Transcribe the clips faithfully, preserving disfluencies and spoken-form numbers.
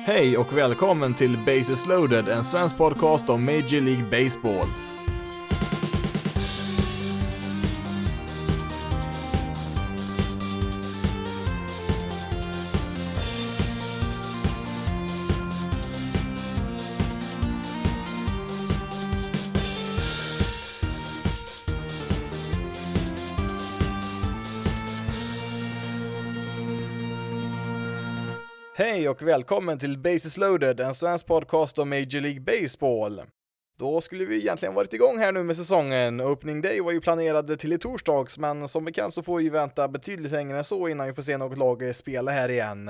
Hej och välkommen till Bases Loaded, en svensk podcast om Major League Baseball. Hej och välkommen till Bases Loaded, en svensk podcast om Major League Baseball. Då skulle vi egentligen varit igång här nu med säsongen. Opening Day var ju planerad till i torsdags, men som bekant så får vi vänta betydligt längre än så innan vi får se något lag spela här igen.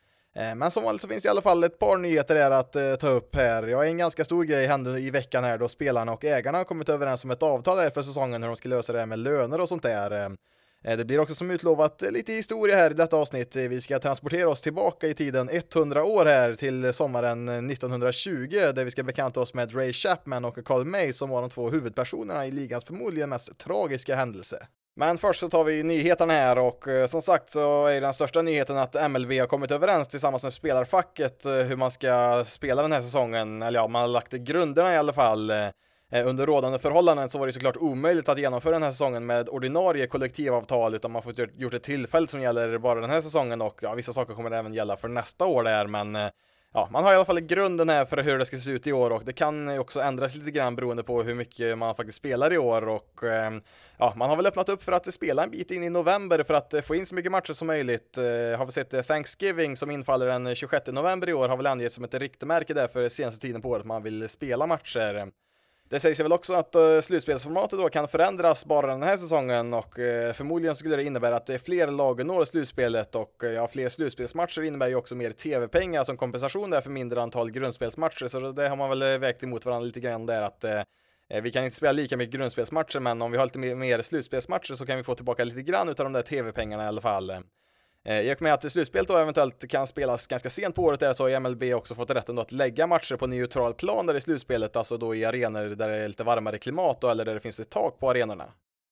Men som vanligt så finns det i alla fall ett par nyheter här att ta upp här. Jag har en ganska stor grej hände i veckan här då spelarna och ägarna har kommit överens om ett avtal här för säsongen hur de ska lösa det här med löner och sånt där. Det blir också som utlovat lite historia här i detta avsnitt. Vi ska transportera oss tillbaka i tiden hundra år här till sommaren nittonhundratjugo där vi ska bekanta oss med Ray Chapman och Carl May som var de två huvudpersonerna i ligans förmodligen mest tragiska händelse. Men först så tar vi nyheterna här och som sagt så är den största nyheten att M L B har kommit överens tillsammans med spelarfacket hur man ska spela den här säsongen. Eller ja, man har lagt grunderna i alla fall. Under rådande förhållanden så var det såklart omöjligt att genomföra den här säsongen med ordinarie kollektivavtal utan man får gjort ett tillfälle som gäller bara den här säsongen och ja, vissa saker kommer även gälla för nästa år där, men ja, man har i alla fall grunden här för hur det ska se ut i år och det kan också ändras lite grann beroende på hur mycket man faktiskt spelar i år och ja, man har väl öppnat upp för att spela en bit in i november för att få in så mycket matcher som möjligt. Har vi sett Thanksgiving som infaller den tjugosjätte november i år har väl angett som ett riktmärke där för senaste tiden på året man vill spela matcher. Det sägs väl också att uh, slutspelsformatet då kan förändras bara den här säsongen och uh, förmodligen skulle det innebära att det är fler lag når slutspelet och uh, ja, fler slutspelsmatcher innebär ju också mer tv-pengar som kompensation där för mindre antal grundspelsmatcher så det har man väl vägt emot varandra lite grann där att uh, vi kan inte spela lika mycket grundspelsmatcher men om vi har lite mer, mer slutspelsmatcher så kan vi få tillbaka lite grann utav de där tv-pengarna i alla fall. I och med att slutspelet då eventuellt kan spelas ganska sent på året där så har M L B också fått rätten då att lägga matcher på neutral plan där i slutspelet, alltså då i arenor där det är lite varmare klimat då, eller där det finns ett tak på arenorna.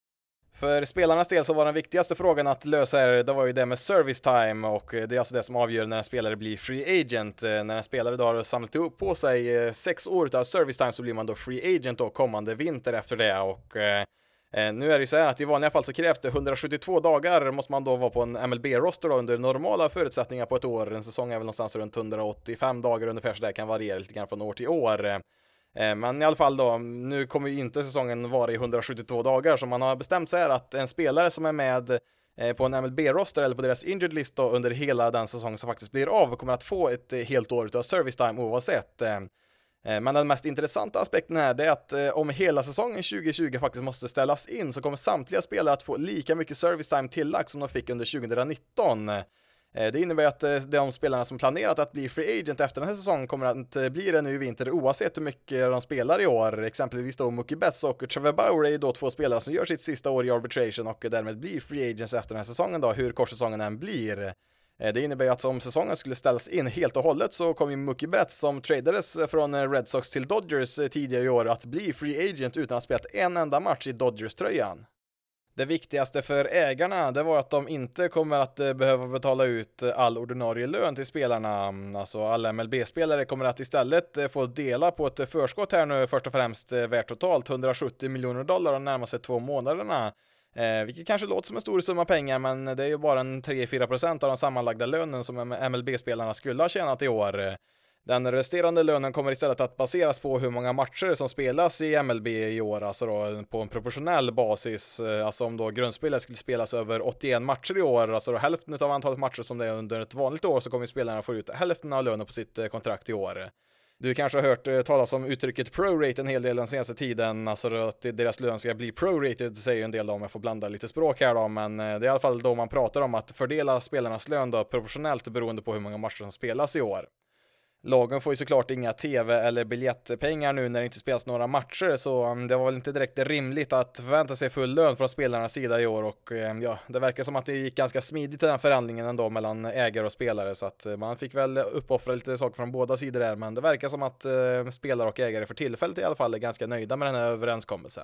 För spelarnas del så var den viktigaste frågan att lösa här, det var ju det med service time och det är alltså det som avgör när en spelare blir free agent. När en spelare då har samlat upp på sig sex år av service time så blir man då free agent då kommande vinter efter det och Eh, nu är det ju så här att i vanliga fall så krävs det hundrasjuttiotvå dagar måste man då vara på en M L B-roster då under normala förutsättningar på ett år. En säsong är väl någonstans runt hundraåttiofem dagar ungefär så det kan variera lite grann från år till år. Eh, men i alla fall då, nu kommer ju inte säsongen vara i hundrasjuttiotvå dagar så man har bestämt sig här att en spelare som är med eh, på en M L B-roster eller på deras injured list då under hela den säsong som faktiskt blir av kommer att få ett helt år av service time oavsett. Eh, Men den mest intressanta aspekten här är att eh, om hela säsongen tjugo tjugo faktiskt måste ställas in så kommer samtliga spelare att få lika mycket service time tillagt som de fick under tjugonitton. Eh, det innebär att eh, de spelarna som planerat att bli free agent efter den här säsongen kommer att eh, bli det nu i vinter oavsett hur mycket de spelar i år. Exempelvis då Mookie Betts och Trevor Bauer är då två spelare som gör sitt sista år i arbitration och därmed blir free agents efter den här säsongen då, hur kort säsongen än blir. Det innebär ju att om säsongen skulle ställas in helt och hållet så kommer Mookie Betts som tradades från Red Sox till Dodgers tidigare i år att bli free agent utan att ha spelat en enda match i Dodgers-tröjan. Det viktigaste för ägarna det var att de inte kommer att behöva betala ut all ordinarie lön till spelarna. Alltså alla M L B-spelare kommer att istället få dela på ett förskott här nu först och främst värt totalt hundrasjuttio miljoner dollar de närmaste två månaderna. Eh, vilket kanske låter som en stor summa pengar men det är ju bara en tre till fyra procent av den sammanlagda lönen som M L B-spelarna skulle ha tjänat i år. Den resterande lönen kommer istället att baseras på hur många matcher som spelas i M L B i år, alltså då på en proportionell basis. Alltså om då grundspelet skulle spelas över åttioen matcher i år, alltså då hälften av antalet matcher som det är under ett vanligt år så kommer spelarna få ut hälften av lönen på sitt kontrakt i år. Du kanske har hört eh, talas om uttrycket prorate en hel del den senaste tiden, alltså att deras lön ska bli prorated säger en del om jag får blanda lite språk här då, men eh, det är i alla fall då man pratar om att fördela spelarnas lön då proportionellt beroende på hur många matcher som spelas i år. Lagen får ju såklart inga tv- eller biljettpengar nu när det inte spelas några matcher så det var väl inte direkt rimligt att förvänta sig full lön från spelarnas sida i år och ja, det verkar som att det gick ganska smidigt i den förändringen ändå mellan ägare och spelare så att man fick väl uppoffra lite saker från båda sidor där men det verkar som att eh, spelare och ägare för tillfället i alla fall är ganska nöjda med den här överenskommelsen.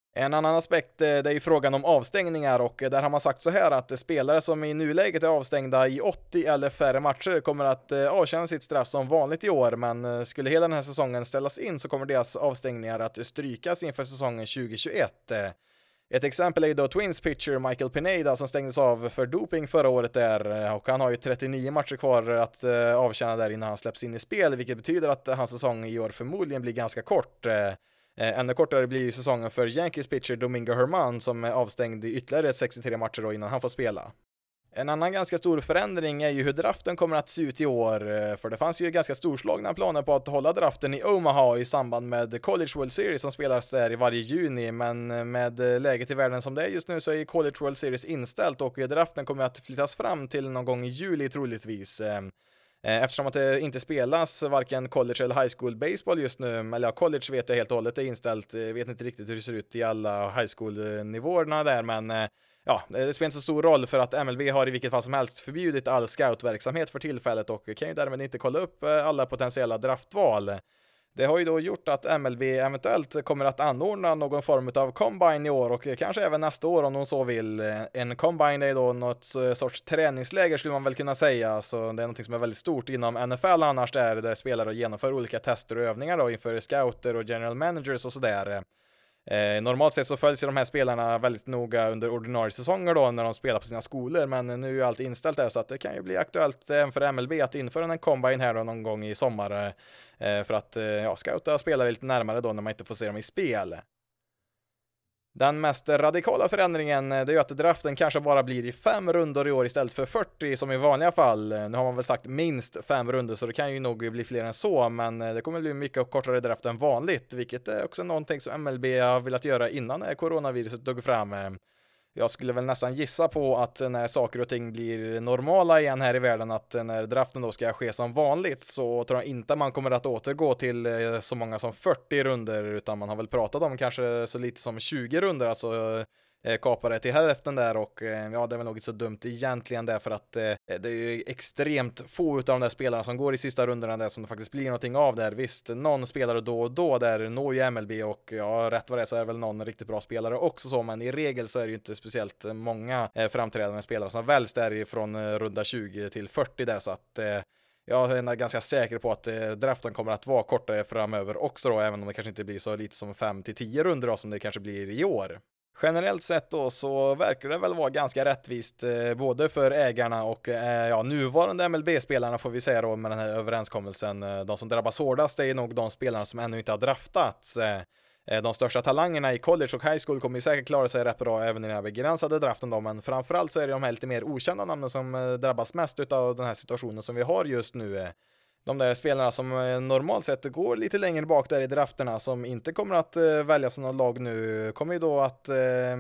En annan aspekt, eh, det är ju frågan om avstängningar, och där har man sagt så här att spelare som i nuläget är avstängda i åttio eller färre matcher kommer att eh, avtjäna sitt straff som vanligt i år, men eh, skulle hela den här säsongen ställas in så kommer deras avstängningar att strykas inför säsongen tjugo tjugoett. Eh, Ett exempel är ju då Twins pitcher Michael Pineda som stängdes av för doping förra året där, och han har ju trettionio matcher kvar att eh, avtjäna där innan han släpps in i spel, vilket betyder att hans säsong i år förmodligen blir ganska kort. Eh, ännu kortare blir ju säsongen för Yankees pitcher Domingo Germán som är avstängd i ytterligare sextiotre matcher då innan han får spela. En annan ganska stor förändring är ju hur draften kommer att se ut i år, för det fanns ju ganska storslagna planer på att hålla draften i Omaha i samband med College World Series som spelas där i varje juni, men med läget i världen som det är just nu så är College World Series inställt och draften kommer att flyttas fram till någon gång i juli troligtvis. Eftersom att det inte spelas varken college eller high school baseball just nu, eller ja, college vet jag helt och hållet är inställt, jag vet inte riktigt hur det ser ut i alla high school-nivåerna där, men ja, det spelar inte så stor roll för att M L B har i vilket fall som helst förbjudit all scoutverksamhet för tillfället och kan ju därmed inte kolla upp alla potentiella draftval. Det har ju då gjort att M L B eventuellt kommer att anordna någon form av combine i år och kanske även nästa år om de så vill. En combine är då något sorts träningsläger skulle man väl kunna säga, så det är något som är väldigt stort inom N F L annars där, där spelare genomför olika tester och övningar då inför scouter och general managers och sådär. Eh, normalt sett så följs ju de här spelarna väldigt noga under ordinarie säsonger då när de spelar på sina skolor, men nu är allt inställt där så att det kan ju bli aktuellt även för M L B att införa en combine här då någon gång i sommar eh, för att eh, ja, scouta spelare lite närmare då när man inte får se dem i spel. Den mest radikala förändringen det är ju att draften kanske bara blir i fem rundor i år istället för fyrtio som i vanliga fall. Nu har man väl sagt minst fem rundor så det kan ju nog bli fler än så, men det kommer bli mycket kortare draft än vanligt, vilket är också någonting som M L B har velat göra innan coronaviruset dog fram. Jag skulle väl nästan gissa på att när saker och ting blir normala igen här i världen, att när draften då ska ske som vanligt, så tror jag inte man kommer att återgå till så många som fyrtio runder, utan man har väl pratat om kanske så lite som tjugo runder, alltså kapare till hälften där, och ja, det är väl något så dumt egentligen därför att eh, det är ju extremt få utav de där spelarna som går i sista rundorna där som det faktiskt blir någonting av där. Visst, någon spelare då och då där når ju M L B och ja, rätt vad det är så är väl någon riktigt bra spelare också så, men i regel så är det ju inte speciellt många eh, framträdande spelare som väljs där från eh, runda tjugo till fyrtio där, så att eh, jag är ganska säker på att eh, draften kommer att vara kortare framöver också då, även om det kanske inte blir så lite som fem till tio runder då, som det kanske blir i år. Generellt sett då så verkar det väl vara ganska rättvist eh, både för ägarna och eh, ja, nuvarande M L B-spelarna får vi säga då med den här överenskommelsen. De som drabbas hårdast är nog de spelarna som ännu inte har draftats. Eh, de största talangerna i college och high school kommer ju säkert klara sig rätt bra även i den här begränsade draften då, men framförallt så är det de här lite mer okända namnen som eh, drabbas mest av den här situationen som vi har just nu. Eh. De där spelarna som normalt sett går lite längre bak där i drafterna som inte kommer att uh, väljas som någon lag nu kommer ju då att uh,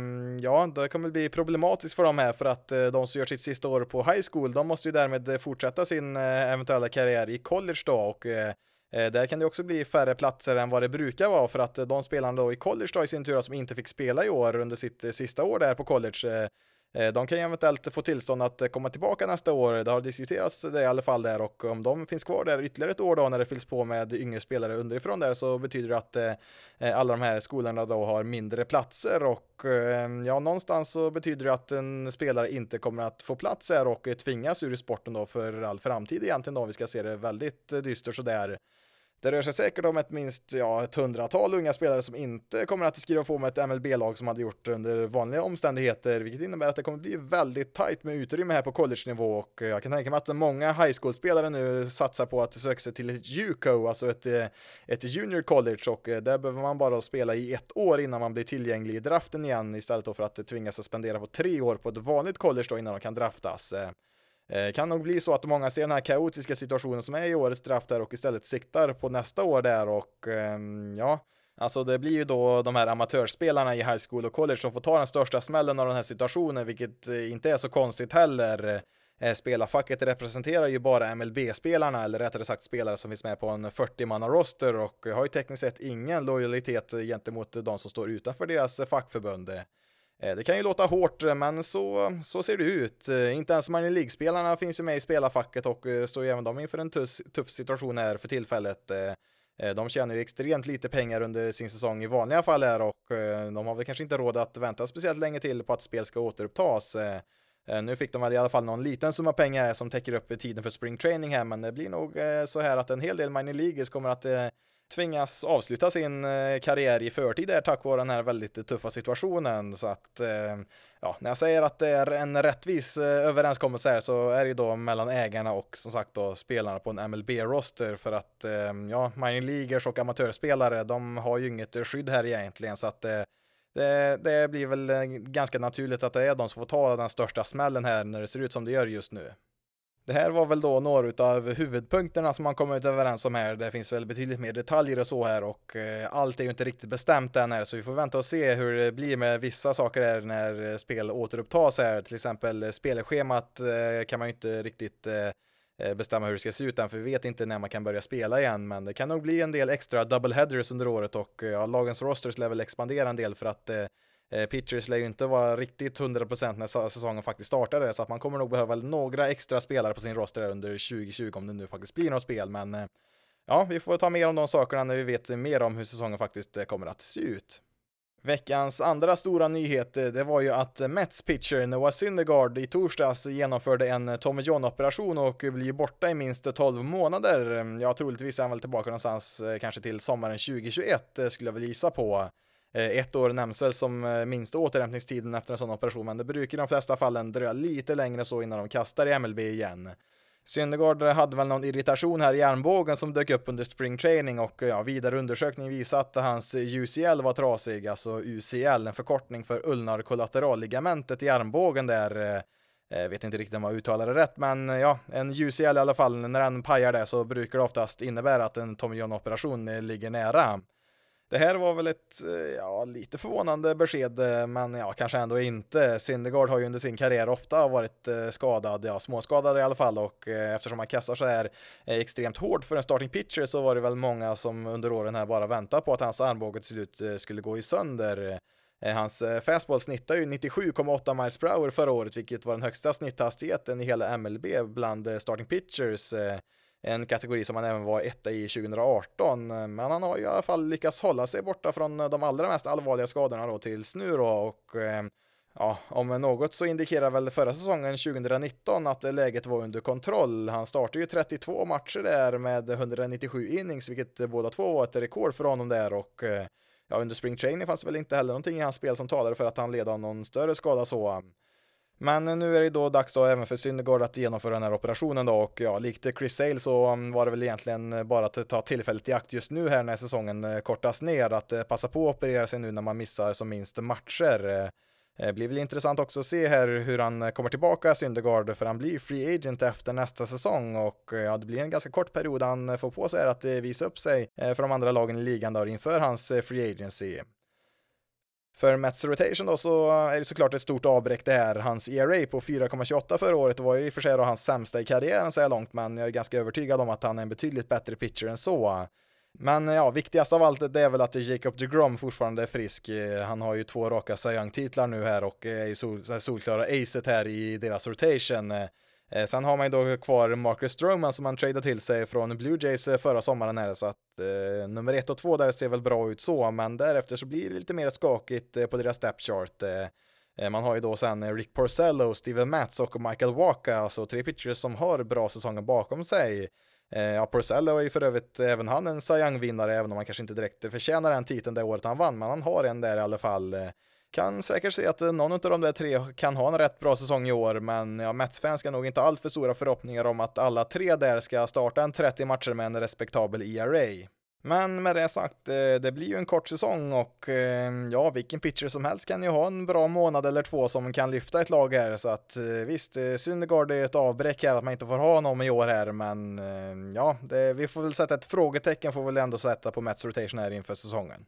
ja, det kommer bli problematiskt för dem här, för att uh, de som gör sitt sista år på high school, de måste ju därmed fortsätta sin uh, eventuella karriär i college då, och uh, där kan det också bli färre platser än vad det brukar vara, för att uh, de spelarna då i college då i sin tur som inte fick spela i år under sitt uh, sista år där på college, uh, de kan ju eventuellt få tillstånd att komma tillbaka nästa år. Det har diskuterats det i alla fall där, och om de finns kvar där ytterligare ett år då när det fylls på med yngre spelare underifrån där, så betyder det att eh, alla de här skolorna då har mindre platser, och eh, ja, någonstans så betyder det att en spelare inte kommer att få plats här och tvingas ur sporten då för all framtid egentligen då, vi ska se det väldigt dystert så där. Det rör sig säkert om ett minst ja, ett hundratal unga spelare som inte kommer att skriva på med ett M L B-lag som hade gjort under vanliga omständigheter, vilket innebär att det kommer bli väldigt tajt med utrymme här på college-nivå, och jag kan tänka mig att många high school-spelare nu satsar på att söka sig till ett U C O, alltså ett, ett junior college, och där behöver man bara spela i ett år innan man blir tillgänglig i draften igen, istället då för att tvingas att spendera på tre år på ett vanligt college då innan de kan draftas. Det kan nog bli så att många ser den här kaotiska situationen som är i årets draft där och istället siktar på nästa år där, och ja, alltså det blir ju då de här amatörspelarna i high school och college som får ta den största smällen av den här situationen, vilket inte är så konstigt heller. Spelarfacket representerar ju bara M L B-spelarna, eller rättare sagt spelare som finns med på en fyrtio-manna roster, och har ju tekniskt sett ingen lojalitet gentemot de som står utanför deras fackförbund. Det kan ju låta hårt, men så, så ser det ut. Inte ens minor League-spelarna finns ju med i spelarfacket och står ju även de inför en tuff, tuff situation här för tillfället. De tjänar ju extremt lite pengar under sin säsong i vanliga fall här och de har väl kanske inte råd att vänta speciellt länge till på att spel ska återupptas. Nu fick de väl i alla fall någon liten summa pengar som täcker upp tiden för spring training här, men det blir nog så här att en hel del minor leagues kommer att tvingas avsluta sin karriär i förtid där tack vare den här väldigt tuffa situationen. Så att ja, när jag säger att det är en rättvis överenskommelse här så är det då mellan ägarna och som sagt då spelarna på en M L B-roster, för att ja, minor leaguers och amatörspelare, de har ju inget skydd här egentligen, så att det, det blir väl ganska naturligt att det är de som får ta den största smällen här när det ser ut som det gör just nu. Det här var väl då några av huvudpunkterna som man kommer ut överens om här. Det finns väl betydligt mer detaljer och så här och eh, allt är ju inte riktigt bestämt än här, så vi får vänta och se hur det blir med vissa saker här när spel återupptas här. Till exempel spelschemat eh, kan man ju inte riktigt eh, bestämma hur det ska se ut än, för vi vet inte när man kan börja spela igen, men det kan nog bli en del extra doubleheaders under året och ja, lagens rosters lär väl expandera en del för att eh, pitchers lär ju inte vara riktigt hundra procent när säsongen faktiskt startade, så att man kommer nog behöva några extra spelare på sin roster under tjugo tjugo om det nu faktiskt blir något spel, men ja, vi får ta mer om de sakerna när vi vet mer om hur säsongen faktiskt kommer att se ut. Veckans andra stora nyhet, det var ju att Mets pitcher Noah Syndergaard i torsdags genomförde en Tommy John-operation och blir borta i minst tolv månader. Ja, troligtvis är han väl tillbaka någonstans kanske till sommaren tjugo tjugoett skulle jag väl gissa på. Ett år nämns väl som minsta återhämtningstiden efter en sån operation, men det brukar i de flesta fallen dröja lite längre så innan de kastar i M L B igen. Syndergaard hade väl någon irritation här i armbågen som dök upp under spring training och ja, vidare undersökning visade att hans U C L var trasig, alltså U C L, en förkortning för ulnar kollateralligamentet i armbågen där. Jag vet inte riktigt om jag uttalar det rätt, men ja, en U C L i alla fall, när den pajar det så brukar det oftast innebära att en Tommy John-operation ligger nära. Det här var väl ett ja, lite förvånande besked, men ja, kanske ändå inte. Syndergaard har ju under sin karriär ofta varit skadad, ja, småskadad i alla fall, och eftersom han kastar så här extremt hårt för en starting pitcher så var det väl många som under åren här bara väntade på att hans armbåge till slut skulle gå i sönder. Hans fastball snittar ju nittiosju komma åtta miles per hour förra året, vilket var den högsta snitthastigheten i hela M L B bland starting pitchers. En kategori som han även var etta i tjugo arton, men han har ju i alla fall lyckats hålla sig borta från de allra mest allvarliga skadorna då tills nu då, och ja, om något så indikerar väl förra säsongen tjugo nitton att läget var under kontroll. Han startade ju trettiotvå matcher där med etthundranittiosju innings, vilket båda två var ett rekord för honom där, och ja, under spring training fanns det väl inte heller någonting i hans spel som talade för att han led av någon större skada så. Men nu är det då dags då även för Syndergaard att genomföra den här operationen då, och ja, likt Chris Sale så var det väl egentligen bara att ta tillfället i akt just nu här när säsongen kortas ner, att passa på att operera sig nu när man missar som minst matcher. Det blir väl intressant också att se här hur han kommer tillbaka, Syndergaard, för han blir free agent efter nästa säsong, och ja, det blir en ganska kort period han får på sig att visa upp sig för de andra lagen i ligan där inför hans free agency. För Mets rotation då så är det såklart ett stort avbräck det här. Hans E R A på fyra komma tjugoåtta förra året var ju i och för sig då hans sämsta i karriären så här långt, men jag är ganska övertygad om att han är en betydligt bättre pitcher än så. Men ja, viktigast av allt det är väl att Jacob deGrom fortfarande är frisk. Han har ju två raka Cy Young-titlar nu här och är ju sol, solklara acet här i deras rotation. Sen har man ju då kvar Marcus Stroman som man tradade till sig från Blue Jays förra sommaren här, så att eh, nummer ett och två där ser väl bra ut så, men därefter så blir det lite mer skakigt eh, på deras depth chart. Eh, man har ju då sen Rick Porcello, Steven Matz och Michael Wacha, alltså tre pitchers som har bra säsonger bakom sig. Eh, ja, Porcello är ju för övrigt även han en Cy Young-vinnare, även om han kanske inte direkt förtjänar den titeln det året han vann, men han har en där i alla fall. Kan säkert se att någon av de där tre kan ha en rätt bra säsong i år, men ja, Mets-fans ska nog inte allt för stora förhoppningar om att alla tre där ska starta en trettio matcher med en respektabel E R A. Men med det sagt, det blir ju en kort säsong och ja, vilken pitcher som helst kan ju ha en bra månad eller två som kan lyfta ett lag här, så att visst, Syndergaard är ett avbräck här att man inte får ha honom i år här, men ja, det, vi får väl sätta ett frågetecken får väl ändå sätta på Mets rotation här inför säsongen.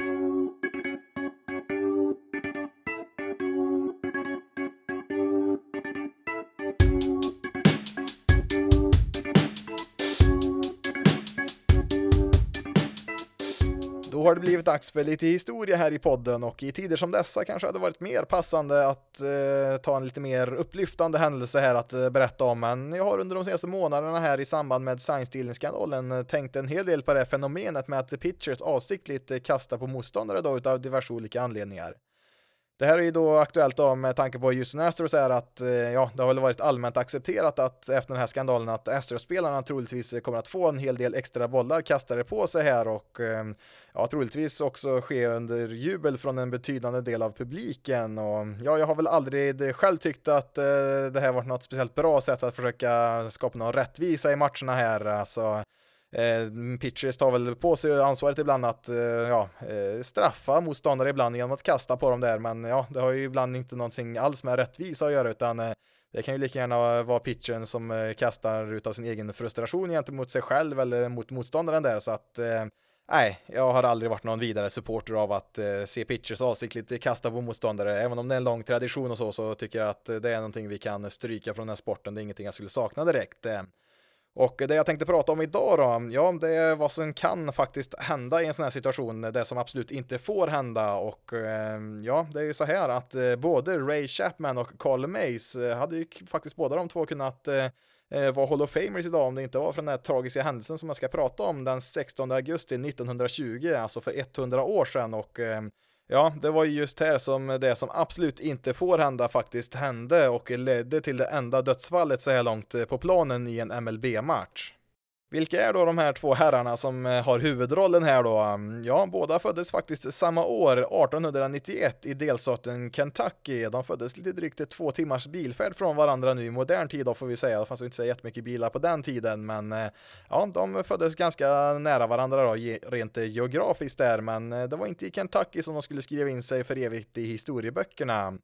Då har det blivit dags för lite historia här i podden, och i tider som dessa kanske hade varit mer passande att eh, ta en lite mer upplyftande händelse här att eh, berätta om. Men jag har under de senaste månaderna här i samband med sign-stealing-skandalen tänkt en hel del på det fenomenet med att pitchers avsiktligt kastar på motståndare då utav diverse olika anledningar. Det här är ju då aktuellt då med tanke på Houston Astros är att ja, det har väl varit allmänt accepterat att efter den här skandalen att Astros-spelarna troligtvis kommer att få en hel del extra bollar kastade på sig här, och ja, troligtvis också ske under jubel från en betydande del av publiken. Och ja, jag har väl aldrig själv tyckt att det här varit något speciellt bra sätt att försöka skapa någon rättvisa i matcherna här. Alltså Eh, pitchers tar väl på sig ansvaret ibland att eh, ja, eh, straffa motståndare ibland genom att kasta på dem där, men ja, det har ju ibland inte någonting alls med rättvisa att göra, utan eh, det kan ju lika gärna vara pitchern som eh, kastar ut av sin egen frustration gentemot sig själv eller mot motståndaren där, så att eh, nej, jag har aldrig varit någon vidare supporter av att eh, se pitchers avsiktligt kasta på motståndare. Även om det är en lång tradition och så, så tycker jag att det är någonting vi kan stryka från den här sporten. Det är ingenting jag skulle sakna direkt. eh. Och det jag tänkte prata om idag då, ja, det är vad som kan faktiskt hända i en sån här situation, det som absolut inte får hända. Och eh, ja, det är ju så här att eh, både Ray Chapman och Carl Mays eh, hade ju faktiskt båda de två kunnat eh, vara Hall of Famers idag om det inte var för den här tragiska händelsen som jag ska prata om den sextonde augusti nittonhundratjugo, alltså för hundra år sedan. Och eh, ja, det var ju just här som det som absolut inte får hända faktiskt hände och ledde till det enda dödsfallet så här långt på planen i en M L B-match. Vilka är då de här två herrarna som har huvudrollen här då? Ja, båda föddes faktiskt samma år, artonhundranittioett, i delstaten Kentucky. De föddes lite drygt två timmars bilfärd från varandra nu i modern tid då, får vi säga. Det fanns ju inte så jättemycket bilar på den tiden, men ja, de föddes ganska nära varandra då, rent geografiskt där. Men det var inte i Kentucky som de skulle skriva in sig för evigt i historieböckerna.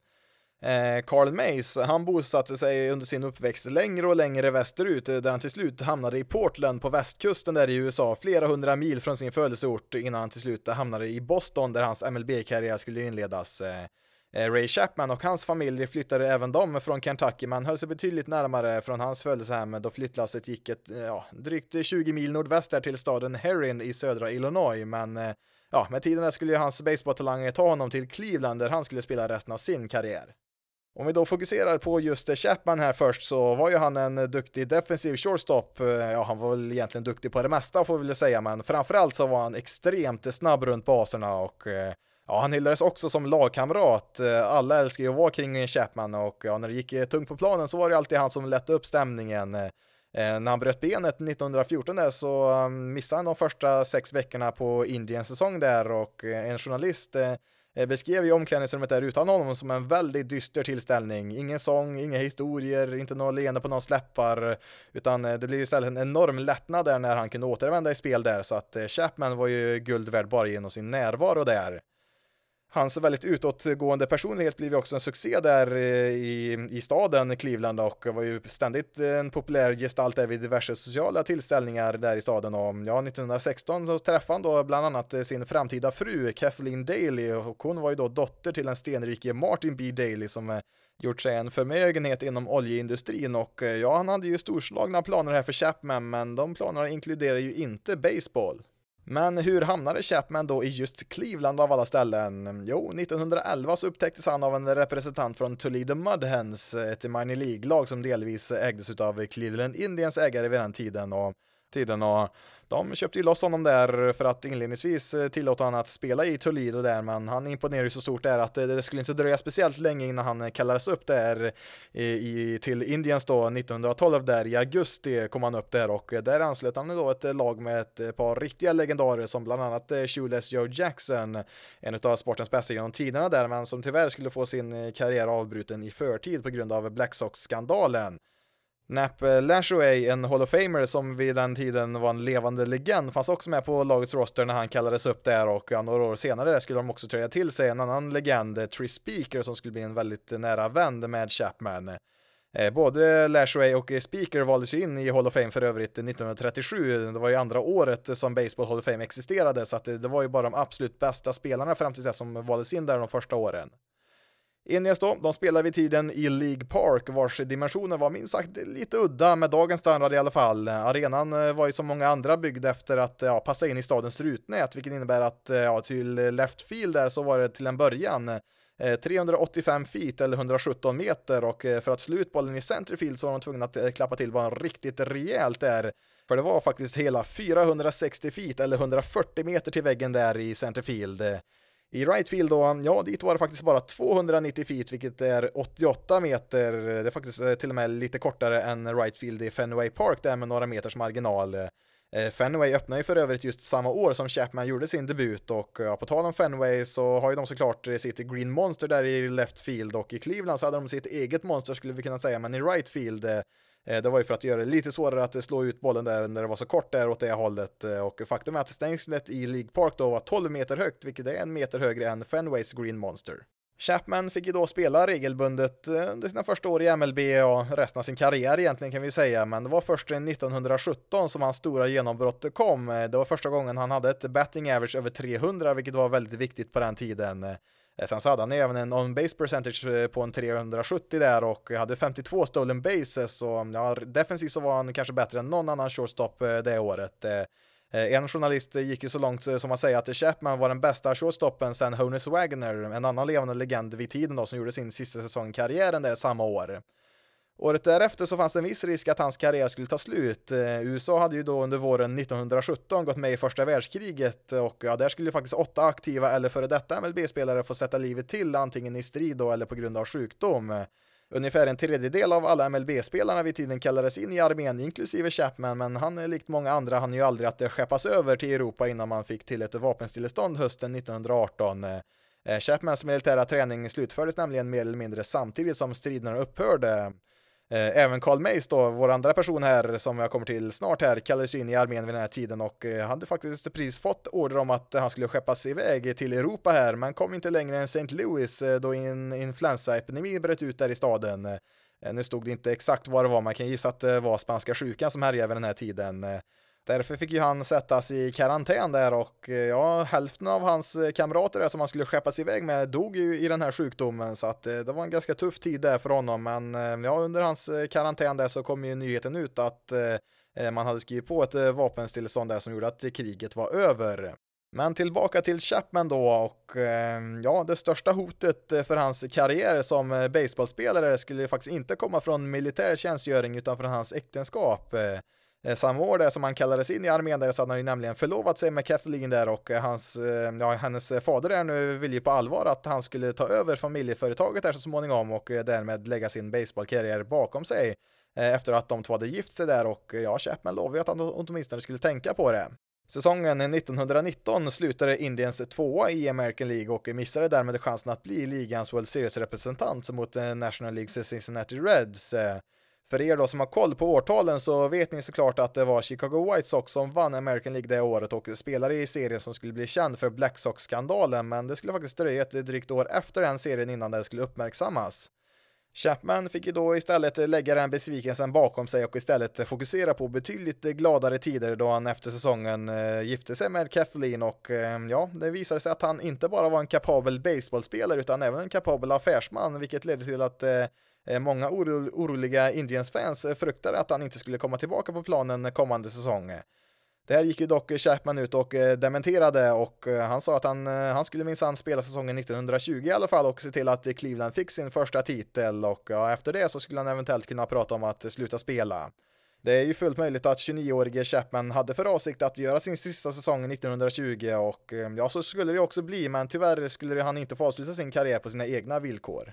Eh, Carl Mays, han bosatte sig under sin uppväxt längre och längre västerut, där han till slut hamnade i Portland på västkusten där i U S A, flera hundra mil från sin födelseort, innan han till slut hamnade i Boston där hans M L B-karriär skulle inledas. Eh, Ray Chapman och hans familj flyttade även de från Kentucky, men höll sig betydligt närmare från hans födelsehem då flyttlasset gick ett, ja, drygt tjugo mil nordväst där till staden Herrin i södra Illinois, men eh, ja, med tiden där skulle ju hans baseballtalang ta honom till Cleveland där han skulle spela resten av sin karriär. Om vi då fokuserar på just Chapman här först, så var ju han en duktig defensiv shortstop. Ja, han var väl egentligen duktig på det mesta får vi väl säga, men framförallt så var han extremt snabb runt baserna och ja, han hyllades också som lagkamrat. Alla älskar ju att vara kring Chapman och ja, när det gick tungt på planen så var det alltid han som lättade upp stämningen. När han bröt benet nittonhundrafjorton där så missade han de första sex veckorna på Indiens säsong där, och en journalist beskrev ju omklädningsrummet där utan honom som en väldigt dyster tillställning. Ingen sång, inga historier, inte någon leende på någon släppar, utan det blev istället en enorm lättnad där när han kunde återvända i spel där, så att Chapman var ju guld värd bara genom sin närvaro där. Hans väldigt utåtgående personlighet blev också en succé där i, i staden Cleveland och var ju ständigt en populär gestalt där vid diverse sociala tillställningar där i staden. Och ja, nittonhundrasexton så träffade han då bland annat sin framtida fru Kathleen Daly, och hon var ju då dotter till en stenrike Martin B. Daly som gjort sig en förmögenhet inom oljeindustrin, och ja, han hade ju storslagna planer här för Chapman, men de planerna inkluderar ju inte baseball. Men hur hamnade Chapman då i just Cleveland av alla ställen? Jo, nittonhundraelva så upptäcktes han av en representant från Toledo Mudhens, ett minor League-lag som delvis ägdes av Cleveland Indians ägare vid den tiden. Och, tiden och de köpte ju loss honom där för att inledningsvis tillåta han att spela i Toledo där, men han imponerade ju så stort där att det skulle inte dröja speciellt länge innan han kallades upp där i, i, till Indians då nittonhundratolv där i augusti kom han upp där, och där anslöt han då ett lag med ett par riktiga legendarer som bland annat Shoeless Joe Jackson, en av sportens bästa genom tiderna där, men som tyvärr skulle få sin karriär avbruten i förtid på grund av Black Sox-skandalen. Nap Lajoie, en Hall of Famer som vid den tiden var en levande legend, fanns också med på lagets roster när han kallades upp där, och ja, några år senare skulle de också träda till sig en annan legend, Tris Speaker, som skulle bli en väldigt nära vän med Chapman. Eh, både Lajoie och Speaker valdes in i Hall of Fame för övrigt nittonhundratrettiosju. Det var ju andra året som Baseball Hall of Fame existerade, så att det, det var ju bara de absolut bästa spelarna fram till det som valdes in där de första åren. Indians då, de spelade vid tiden i League Park, vars dimensioner var minst sagt lite udda med dagens standard i alla fall. Arenan var ju som många andra byggd efter att ja, passa in i stadens rutnät, vilket innebär att ja, till left field där så var det till en början trehundraåttiofem feet eller hundrasjutton meter, och för att slå ut bollen i centerfield så var de tvungna att klappa till bara riktigt rejält där. För det var faktiskt hela fyrahundrasextio feet eller hundrafyrtio meter till väggen där i centerfield. I right field då, ja dit var det faktiskt bara tvåhundranittio feet, vilket är åttioåtta meter. Det är faktiskt till och med lite kortare än right field i Fenway Park där med några meters marginal. Fenway öppnade ju för övrigt just samma år som Chapman gjorde sin debut, och ja, på tal om Fenway så har ju de såklart sitt Green Monster där i left field, och i Cleveland så hade de sitt eget monster skulle vi kunna säga, men i right field det var ju för att göra det lite svårare att slå ut bollen där när det var så kort där åt det hållet, och faktum är att stängslet i League Park då var tolv meter högt, vilket är en meter högre än Fenways Green Monster. Chapman fick ju då spela regelbundet under sina första år i M L B och resten av sin karriär egentligen kan vi säga, men det var först nittonhundrasjutton som hans stora genombrott kom. Det var första gången han hade ett batting average över trehundra, vilket var väldigt viktigt på den tiden. Sen så hade han även en on-base percentage på en trehundrasjuttio där och hade femtiotvå stolen bases, och ja, defensivt så var han kanske bättre än någon annan shortstop det året. En journalist gick ju så långt som att säga att Chapman var den bästa shortstoppen sen Honus Wagner, en annan levande legend vid tiden då, som gjorde sin sista säsong i karriären där samma år. Året därefter så fanns det en viss risk att hans karriär skulle ta slut. U S A hade ju då under våren nittonhundrasjutton gått med i första världskriget, och ja, där skulle ju faktiskt åtta aktiva eller före detta M L B-spelare få sätta livet till, antingen i strid då eller på grund av sjukdom. Ungefär en tredjedel av alla M L B-spelarna vid tiden kallades in i armén, inklusive Chapman, men han är likt många andra, han ju aldrig att skeppas över till Europa innan man fick till ett vapenstillestånd hösten nittonhundraarton. Chapmans militära träning slutfördes nämligen mer eller mindre samtidigt som striderna upphörde. Även Carl Mays då, vår andra person här som jag kommer till snart här, kallades in i armén vid den här tiden och hade faktiskt precis fått order om att han skulle skeppas iväg till Europa här, men kom inte längre än Saint Louis då en influensaepidemi bröt ut där i staden. Nu stod det inte exakt vad det var, man kan gissa att det var spanska sjukan som härjade vid den här tiden. Därför fick ju han sättas i karantän där, och ja, hälften av hans kamrater där som han skulle skeppas iväg med dog ju i den här sjukdomen, så att det var en ganska tuff tid där för honom. Men ja, under hans karantän där så kom ju nyheten ut att man hade skrivit på ett vapenstillestånd där som gjorde att kriget var över. Men tillbaka till Chapman då, och ja, det största hotet för hans karriär som baseballspelare skulle ju faktiskt inte komma från militär tjänstgöring utan från hans äktenskap. Samma år där som han kallades in i armén där så hade han ju nämligen förlovat sig med Kathleen där, och hans, ja, hennes fader där nu vill ju på allvar att han skulle ta över familjeföretaget där så småningom och därmed lägga sin baseballkarriär bakom sig efter att de två hade gift sig där, och ja, Chapman lovade att han åtminstone skulle tänka på det. Säsongen nittonhundranitton slutade Indians tvåa i American League och missade därmed chansen att bli ligans World Series-representant mot National Leagues Cincinnati Reds. För er då som har koll på årtalen så vet ni såklart att det var Chicago White Sox som vann American League det året och spelade i serien som skulle bli känd för Black Sox-skandalen, men det skulle faktiskt dröja ett drygt år efter den serien innan det skulle uppmärksammas. Chapman fick ju då istället lägga den besvikelsen bakom sig och istället fokusera på betydligt gladare tider då han efter säsongen gifte sig med Kathleen, och ja, det visade sig att han inte bara var en kapabel baseballspelare utan även en kapabel affärsman, vilket ledde till att många oro- oroliga Indians-fans fruktade att han inte skulle komma tillbaka på planen kommande säsong. Det här gick ju dock Chapman ut och dementerade, och han sa att han, han skulle minsann spela säsongen nittonhundratjugo i alla fall och se till att Cleveland fick sin första titel, och ja, efter det så skulle han eventuellt kunna prata om att sluta spela. Det är ju fullt möjligt att tjugonioårige Chapman hade för avsikt att göra sin sista säsong nittonhundratjugo, och ja, så skulle det också bli, men tyvärr skulle han inte få avsluta sin karriär på sina egna villkor.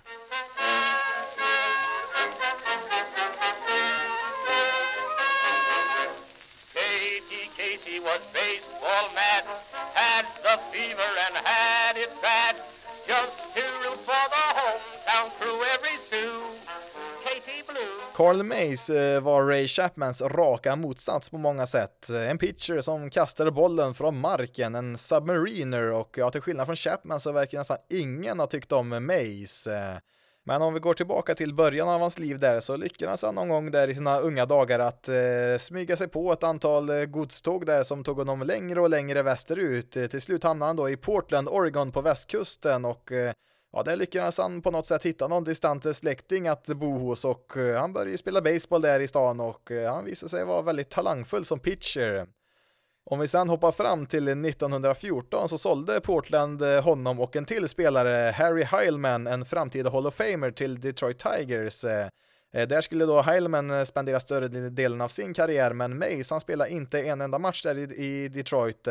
Carl Mays var Ray Chapmans raka motsats på många sätt. En pitcher som kastade bollen från marken, en submariner, och ja, till skillnad från Chapman så verkar nästan ingen ha tyckt om Mays. Men om vi går tillbaka till början av hans liv där så lyckades han någon gång där i sina unga dagar att eh, smyga sig på ett antal eh, godståg där som tog honom längre och längre västerut. Till slut hamnade han då i Portland, Oregon på västkusten, och eh, ja, där lyckades han på något sätt hitta någon distant släkting att bo hos och han började ju spela baseball där i stan och han visade sig vara väldigt talangfull som pitcher. Om vi sen hoppar fram till nittonhundrafjorton så sålde Portland honom och en till spelare, Harry Heilman, en framtida Hall of Famer till Detroit Tigers. Där skulle då Heilman spendera större delen av sin karriär, men Mays han spelade inte en enda match där i Detroit.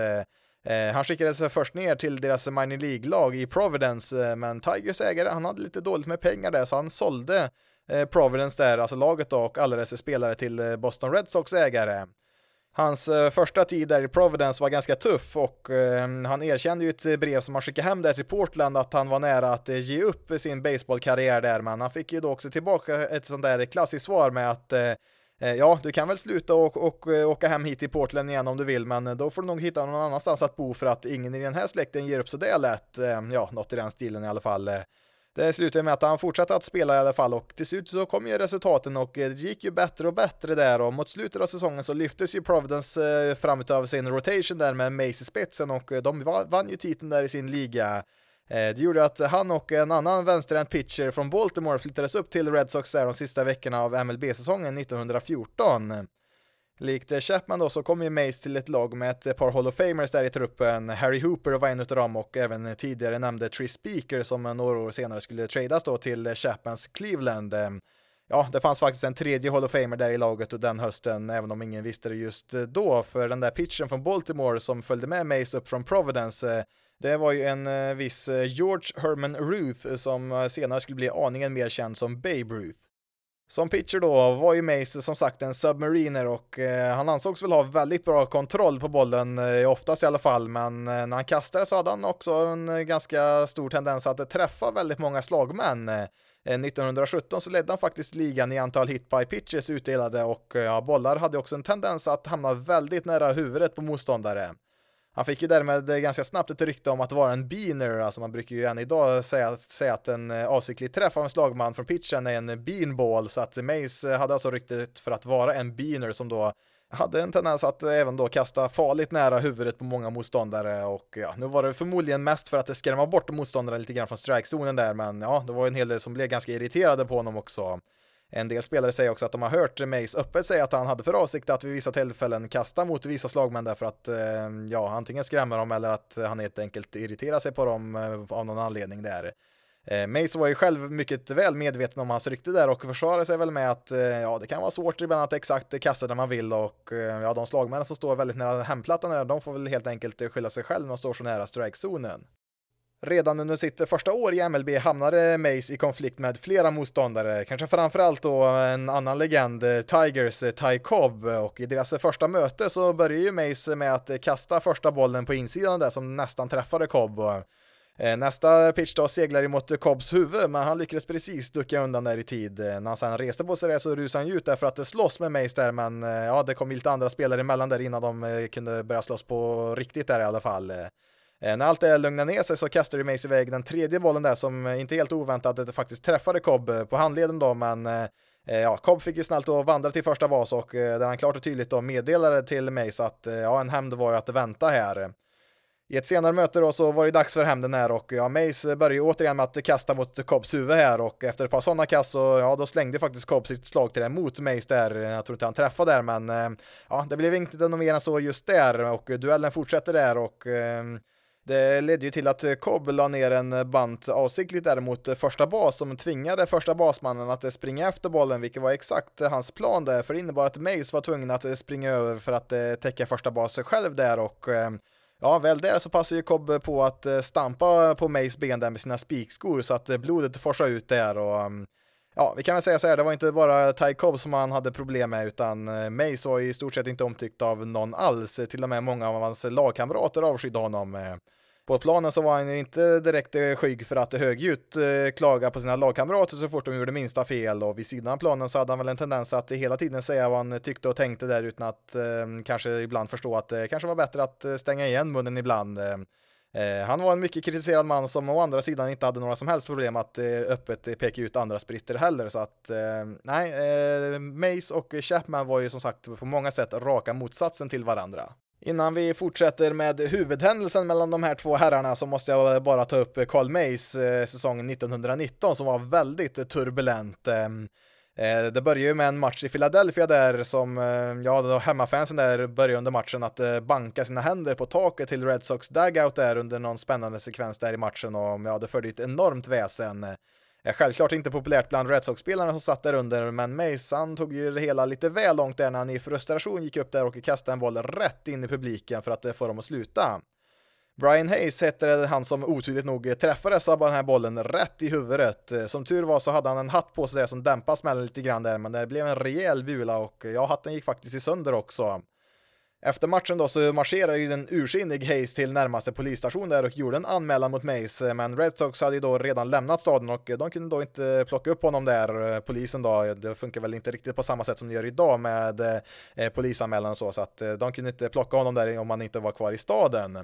Han skickades först ner till deras minor League-lag i Providence, men Tigers ägare han hade lite dåligt med pengar där så han sålde Providence där, alltså laget då, och alla dess spelare till Boston Red Sox ägare. Hans eh, första tid där i Providence var ganska tuff och eh, han erkände ju ett brev som han skickade hem där till Portland att han var nära att eh, ge upp sin baseballkarriär där, men han fick ju då också tillbaka ett sånt där klassiskt svar med att eh, ja, du kan väl sluta och, och, och åka hem hit till Portland igen om du vill, men då får du nog hitta någon annanstans att bo för att ingen i den här släkten ger upp så det lätt. Eh, ja, något i den stilen i alla fall. Det slutade med att han fortsatte att spela i alla fall och till slut så kom ju resultaten och det gick ju bättre och bättre där och mot slutet av säsongen så lyftes ju Providence fram utav sin rotation där med Mays i spetsen och de vann ju titeln där i sin liga. Det gjorde att han och en annan vänsterhänt pitcher från Baltimore flyttades upp till Red Sox där de sista veckorna av M L B-säsongen nittonhundrafjorton. Likt Chapman då så kom ju Mays till ett lag med ett par Hall of Famers där i truppen. Harry Hooper var en utav dem och även tidigare nämnde Tris Speaker som några år senare skulle tradas då till Chapmans Cleveland. Ja, det fanns faktiskt en tredje Hall of Famer där i laget och den hösten, även om ingen visste det just då, för den där pitchen från Baltimore som följde med Mays upp från Providence, det var ju en viss George Herman Ruth som senare skulle bli aningen mer känd som Babe Ruth. Som pitcher då var ju Mays som sagt en submariner och eh, han ansågs väl ha väldigt bra kontroll på bollen, eh, oftast i alla fall, men eh, när han kastade så hade han också en eh, ganska stor tendens att träffa väldigt många slagmän. Eh, nittonhundrasjutton så ledde han faktiskt ligan i antal hit by pitches utdelade och eh, bollar hade också en tendens att hamna väldigt nära huvudet på motståndare. Han fick ju därmed ganska snabbt ett rykte om att vara en beaner, alltså man brukar ju än idag säga, säga att en avsiktlig träff av en slagman från pitchen är en beanball, så att Mays hade alltså ryktet för att vara en beaner som då hade en tendens att även då kasta farligt nära huvudet på många motståndare och ja, nu var det förmodligen mest för att det skrämma bort motståndare lite grann från strikezonen där, men ja, det var en hel del som blev ganska irriterade på honom också. En del spelare säger också att de har hört Mays öppet säga att han hade för avsikt att vid vissa tillfällen kasta mot vissa slagmän därför att ja, antingen skrämmer dem eller att han helt enkelt irriterar sig på dem av någon anledning där. Mays var ju själv mycket väl medveten om hans rykte där och försvarade sig väl med att ja, det kan vara svårt ibland att exakt kasta där man vill och ja, de slagmän som står väldigt nära hemplattan där, de får väl helt enkelt skylla sig själv när de står så nära strikezonen. Redan under sitt första år i M L B hamnade Mays i konflikt med flera motståndare, kanske framförallt då en annan legend, Tigers Ty Cobb, och i deras första möte så började ju Mays med att kasta första bollen på insidan där som nästan träffade Cobb. Nästa pitch då seglar emot Cobbs huvud, men han lyckades precis ducka undan där i tid. När han sedan reste på sig där så rusade han ut där för att slåss med Mays där, men ja, det kom lite andra spelare emellan där innan de kunde börja slåss på riktigt där i alla fall. När allt det lugnade ner sig så kastade Mays iväg den tredje bollen där som inte helt oväntat att det faktiskt träffade Cobb på handleden då, men ja, Cobb fick ju snällt att vandra till första bas och där han klart och tydligt då meddelade till Mays att ja, en hämnd var ju att vänta här. I ett senare möte då så var det dags för hämnden här och ja, Mays började återigen med att kasta mot Cobbs huvud här och efter ett par sådana kast så ja, då slängde faktiskt Cobb sitt slag till den mot Mays där. Jag tror inte han träffade där, men ja, det blev inte något mer än så just där och duellen fortsätter där och det ledde ju till att Cobb la ner en bant avsiktligt där mot första bas som tvingade första basmannen att springa efter bollen, vilket var exakt hans plan där, för det innebar att Mays var tvungen att springa över för att täcka första bas själv där och ja, väl där så passade ju Cobb på att stampa på Mays ben där med sina spikskor så att blodet forsade ut där och ja, vi kan väl säga så här, det var inte bara Ty Cobb som han hade problem med utan Mays var i stort sett inte omtyckt av någon alls, till och med många av hans lagkamrater avskydde honom. På planen så var han inte direkt skygg för att högljutt klaga på sina lagkamrater så fort de gjorde minsta fel och vid sidan av planen så hade han väl en tendens att hela tiden säga vad han tyckte och tänkte där utan att eh, kanske ibland förstå att det kanske var bättre att stänga igen munnen ibland. Eh, han var en mycket kritiserad man som å andra sidan inte hade några som helst problem att eh, öppet peka ut andras brister heller, så att eh, nej, eh, Mays och Chapman var ju som sagt på många sätt raka motsatsen till varandra. Innan vi fortsätter med huvudhändelsen mellan de här två herrarna så måste jag bara ta upp Carl Mays eh, säsong nittonhundranitton som var väldigt turbulent. Eh, det började ju med en match i Philadelphia där som, eh, ja, då hemmafansen där började under matchen att eh, banka sina händer på taket till Red Sox dugout där under någon spännande sekvens där i matchen och ja, det förde ett enormt väsen. Eh, självklart inte populärt bland Red Sox-spelarna som satt där under, men Mason tog ju det hela lite väl långt där när han i frustration gick upp där och kastade en boll rätt in i publiken för att få dem att sluta. Brian Hayes heter han som otydligt nog träffades av den här bollen rätt i huvudet. Som tur var så hade han en hatt på sig där som dämpade smällen lite grann där, men det blev en rejäl bula och ja, hatten gick faktiskt i sönder också. Efter matchen då så marscherade ju den ursinnig Hayes till närmaste polisstation där och gjorde en anmälan mot Mace, men Red Sox hade ju då redan lämnat staden och de kunde då inte plocka upp honom där, polisen då. Det funkar väl inte riktigt på samma sätt som det gör idag med eh, polisanmälan och så, så att eh, de kunde inte plocka honom där om han inte var kvar i staden.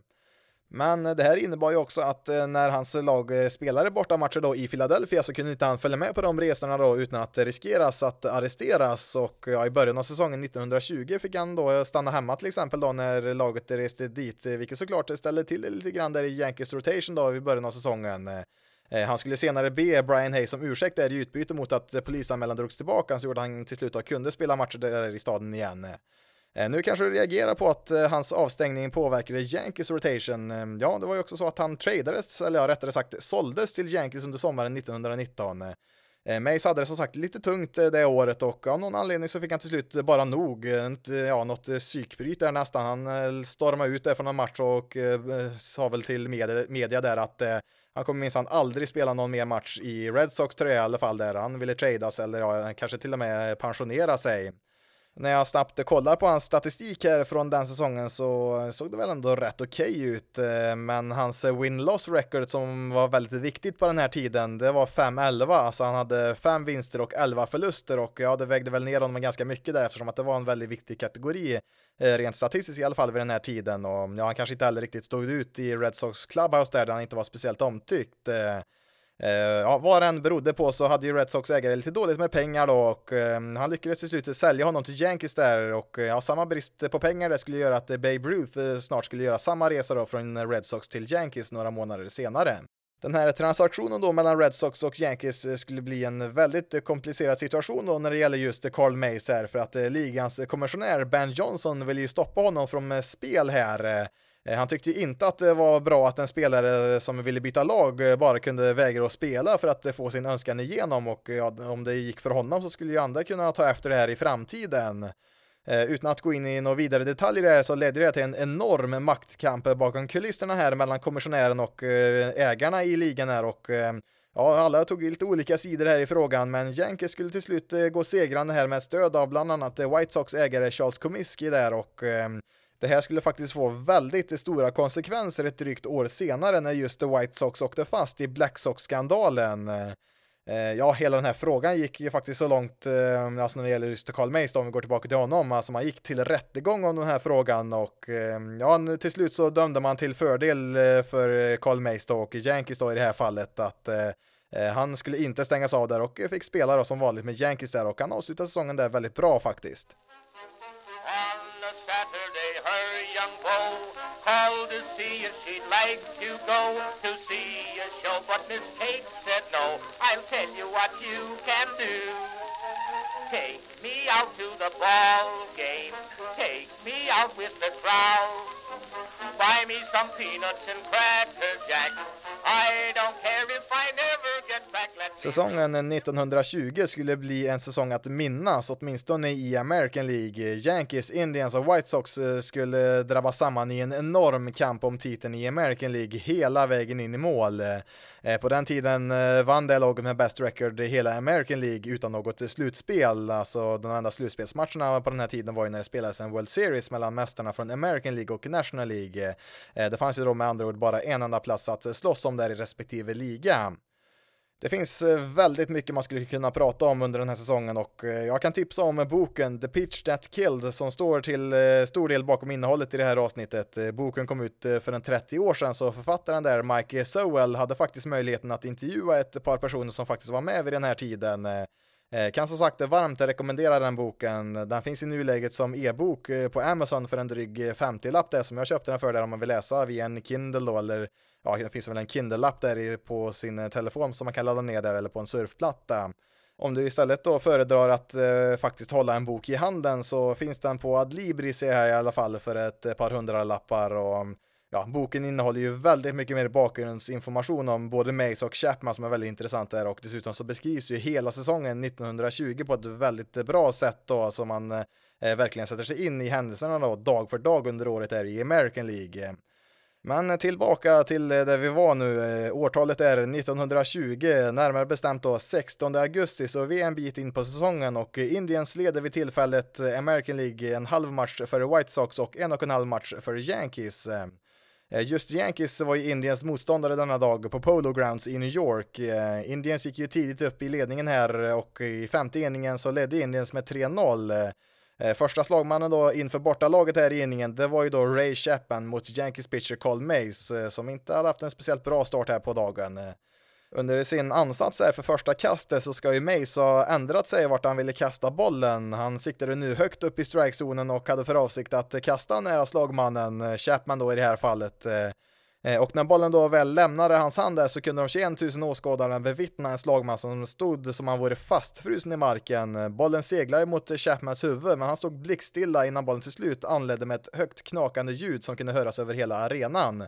Men det här innebar ju också att när hans lag spelade borta matcher då i Philadelphia så kunde inte han följa med på de resorna då utan att riskeras att arresteras och ja, i början av säsongen nittonhundratjugo fick han då stanna hemma till exempel då när laget reste dit, vilket såklart ställde till det lite grann där i Yankees rotation då i början av säsongen. Han skulle senare be Brian Hayes som ursäkt där i utbyte mot att polisanmälan drogs tillbaka, så gjorde han till slut att kunde spela matcher där i staden igen. Nu kanske du reagerar på att hans avstängning påverkade Yankees rotation. Ja, det var ju också så att han tradades, eller ja, rättare sagt såldes till Yankees under sommaren nittonhundranitton. Mace hade det som sagt lite tungt det året och av någon anledning så fick han till slut bara nog. Ja, något psykbryt där nästan. Han stormade ut där från en match och sa väl till media, media där att han kommer minst han aldrig spela någon mer match i Red Sox tror jag i alla fall där. Han ville tradas eller ja, kanske till och med pensionera sig. När jag snabbt kollar på hans statistik här från den säsongen så såg det väl ändå rätt okej okay ut, men hans win-loss record som var väldigt viktigt på den här tiden, det var fem elva, alltså han hade fem vinster och elva förluster och ja, det vägde väl ner honom ganska mycket där eftersom att det var en väldigt viktig kategori rent statistiskt i alla fall vid den här tiden och ja, han kanske inte heller riktigt stod ut i Red Sox Clubhouse där, där han inte var speciellt omtyckt. Uh, ja, vad den berodde på så hade ju Red Sox ägare lite dåligt med pengar då och uh, han lyckades till slut sälja honom till Yankees där och uh, ja, samma brist på pengar det skulle göra att Babe Ruth uh, snart skulle göra samma resa då från Red Sox till Yankees några månader senare. Den här transaktionen då mellan Red Sox och Yankees skulle bli en väldigt komplicerad situation då när det gäller just Carl Mace här, för att uh, ligans kommissionär Ben Johnson ville ju stoppa honom från uh, spel här. Han tyckte inte att det var bra att en spelare som ville byta lag bara kunde vägra att spela för att få sin önskan igenom och ja, om det gick för honom så skulle ju andra kunna ta efter det här i framtiden. Utan att gå in i några vidare detaljer där så ledde det till en enorm maktkamp bakom kulisserna här mellan kommissionären och ägarna i ligan här och ja, alla tog lite olika sidor här i frågan, men Yankees skulle till slut gå segrande här med stöd av bland annat White Sox ägare Charles Comiskey där och det här skulle faktiskt få väldigt stora konsekvenser ett drygt år senare när just The White Sox åkte fast i Black Sox-skandalen. Ja, hela den här frågan gick ju faktiskt så långt, alltså när det gäller just Carl Mace om vi går tillbaka till honom, alltså man gick till rättegång om den här frågan och ja, till slut så dömde man till fördel för Carl Mace då och Yankees då i det här fallet att han skulle inte stängas av där och fick spela då som vanligt med Yankees där och han avslutade säsongen där väldigt bra faktiskt. Called to see if she'd like to go to see a show, but Miss Kate said no. I'll tell you what you can do. Take me out to the ball game. Take me out with the crowd. Buy me some peanuts and cracker jack. I don't care if I never get back. Säsongen nittonhundratjugo skulle bli en säsong att minnas, åtminstone i American League. Yankees, Indians och White Sox skulle drabbas samman i en enorm kamp om titeln i American League hela vägen in i mål. På den tiden vann det laget med best record i hela American League utan något slutspel. Alltså de enda slutspelsmatcherna på den här tiden var ju när det spelades en World Series mellan mästarna från American League och National League. Det fanns ju då med andra ord bara en enda plats att slåss om där i respektive liga. Det finns väldigt mycket man skulle kunna prata om under den här säsongen och jag kan tipsa om boken The Pitch That Killed som står till stor del bakom innehållet i det här avsnittet. Boken kom ut för en trettio år sedan så författaren där, Mike Sowell, hade faktiskt möjligheten att intervjua ett par personer som faktiskt var med vid den här tiden. Eh, kan som sagt varmt rekommendera den boken. Den finns i nuläget som e-bok eh, på Amazon för en dryg femtio-lapp där, som jag köpte den för där om man vill läsa via en Kindle då, eller ja, det finns väl en Kindle-lapp där i, på sin telefon som man kan ladda ner där, eller på en surfplatta. Om du istället då föredrar att eh, faktiskt hålla en bok i handen, så finns den på Adlibris här i alla fall för ett, ett par hundra lappar. Och ja, boken innehåller ju väldigt mycket mer bakgrundsinformation om både Mays och Chapman som är väldigt intressant där, och dessutom så beskrivs ju hela säsongen nittonhundratjugo på ett väldigt bra sätt då, så man eh, verkligen sätter sig in i händelserna då, dag för dag under året där i American League. Men tillbaka till där vi var nu. Årtalet är nittonhundratjugo, närmare bestämt då sextonde augusti, så vi är en bit in på säsongen, och Indians leder vid tillfället American League en halv match för White Sox och en och en halv match för Yankees. Just Yankees var ju Indians motståndare denna dag på Polo Grounds i New York. Indians gick ju tidigt upp i ledningen här, och i femte inningen så ledde Indians med tre noll. Första slagmannen då inför bortalaget här i inningen, det var ju då Ray Chapman mot Yankees pitcher Carl Mays, som inte hade haft en speciellt bra start här på dagen. Under sin ansats här för första kastet så ska ju Mays ha ändrat sig vart han ville kasta bollen. Han siktade nu högt upp i strikezonen och hade för avsikt att kasta nära slagmannen, Chapman då i det här fallet. Och när bollen då väl lämnade hans hand där, så kunde de tjugoett tusen åskådare bevittna en slagman som stod som han vore fastfrusen i marken. Bollen seglade mot Chapmans huvud, men han stod blickstilla innan bollen till slut anledde med ett högt knakande ljud som kunde höras över hela arenan.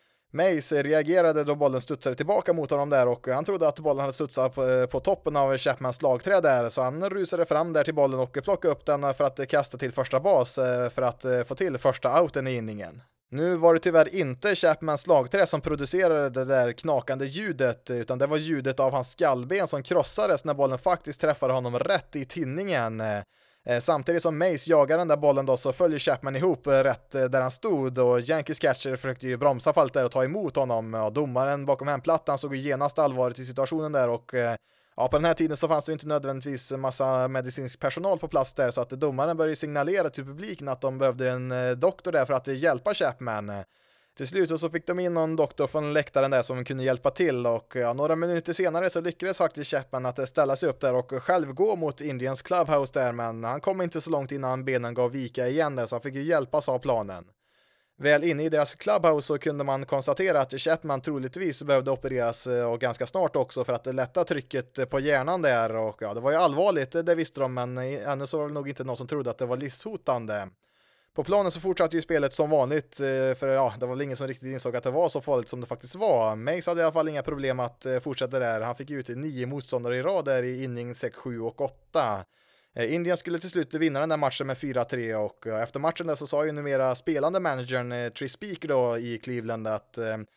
Mays reagerade då bollen studsade tillbaka mot honom där, och han trodde att bollen hade studsat på, på toppen av Chapmans slagträd där, så han rusade fram där till bollen och plockade upp den för att kasta till första bas för att få till första outen i inningen. Nu var det tyvärr inte Chapmans slagträ som producerade det där knakande ljudet, utan det var ljudet av hans skallben som krossades när bollen faktiskt träffade honom rätt i tinningen. Samtidigt som Mays jagar den där bollen då, så följer Chapman ihop rätt där han stod, och Yankees catcher försökte ju bromsa fallet där och ta emot honom. Ja, domaren bakom hemplattan såg ju genast allvaret i situationen där, och ja, på den här tiden så fanns det inte nödvändigtvis massa medicinsk personal på plats där, så att domaren började signalera till publiken att de behövde en doktor där för att hjälpa Chapman. Till slut så fick de in någon doktor från läktaren där som kunde hjälpa till, och ja, några minuter senare så lyckades faktiskt Chapman att ställa sig upp där och själv gå mot Indians clubhouse där, men han kom inte så långt innan benen gav vika igen där, så han fick ju hjälpas av planen. Väl inne i deras clubhouse så kunde man konstatera att Chapman troligtvis behövde opereras, och ganska snart också, för att lätta trycket på hjärnan där, och ja, det var ju allvarligt, det visste de, men ännu så var det nog inte någon som trodde att det var livshotande. På planen så fortsatte ju spelet som vanligt, för ja, det var väl ingen som riktigt insåg att det var så farligt som det faktiskt var. Mays hade i alla fall inga problem att fortsätta där. Han fick ut nio motståndare i rad där i inning sex, sju och åtta. Indien skulle till slut vinna den där matchen med fyra tre, och efter matchen där så sa ju numera spelande managern Tris Speaker då i Cleveland att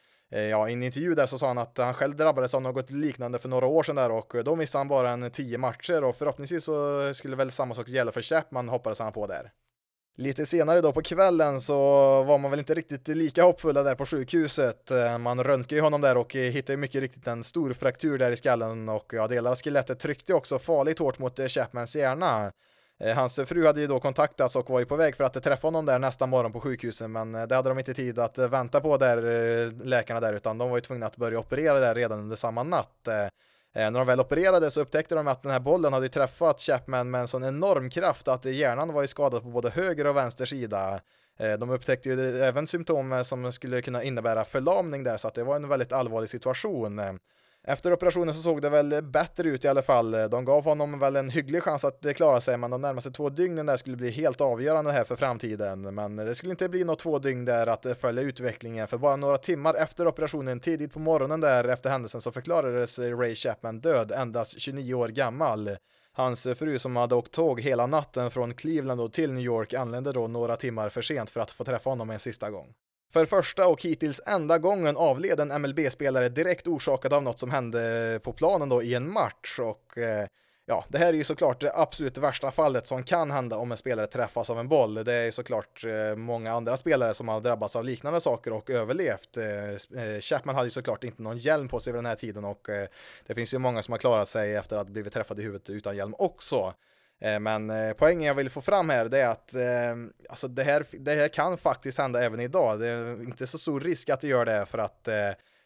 ja, i en intervju där så sa han att han själv drabbades av något liknande för några år sedan där, och då missade han bara en tio matcher, och förhoppningsvis så skulle väl samma sak gälla för Chapman, hoppades han på där. Lite senare då på kvällen så var man väl inte riktigt lika hoppfulla där på sjukhuset. Man röntgade ju honom där och hittade ju mycket riktigt en stor fraktur där i skallen, och ja, delar av skelettet tryckte också farligt hårt mot Chapmans hjärna. Hans fru hade ju då kontaktats och var ju på väg för att träffa honom där nästa morgon på sjukhuset, men det hade de inte tid att vänta på där, läkarna där, utan de var ju tvungna att börja operera där redan under samma natt. När de väl opererade så upptäckte de att den här bollen hade träffat Chapman med en sån enorm kraft att hjärnan var ju skadad på både höger och vänster sida. De upptäckte ju även symptom som skulle kunna innebära förlamning där, så att det var en väldigt allvarlig situation. Efter operationen så såg det väl bättre ut i alla fall. De gav honom väl en hygglig chans att klara sig, men de närmaste två dygnen där skulle bli helt avgörande här för framtiden. Men det skulle inte bli något två dygn där att följa utvecklingen, för bara några timmar efter operationen, tidigt på morgonen där efter händelsen, så förklarades Ray Chapman död, endast tjugonio år gammal. Hans fru som hade åkt tåg hela natten från Cleveland till New York anlände då några timmar för sent för att få träffa honom en sista gång. För första och hittills enda gången avled en M L B-spelare direkt orsakad av något som hände på planen då i en match, och eh, ja, det här är ju såklart det absolut värsta fallet som kan hända om en spelare träffas av en boll. Det är såklart eh, många andra spelare som har drabbats av liknande saker och överlevt. Eh, Chapman hade ju såklart inte någon hjälm på sig vid den här tiden, och eh, det finns ju många som har klarat sig efter att ha blivit träffade i huvudet utan hjälm också. Men poängen jag vill få fram här, det är att eh, alltså det, här, det här kan faktiskt hända även idag. Det är inte så stor risk att det gör det, för att eh,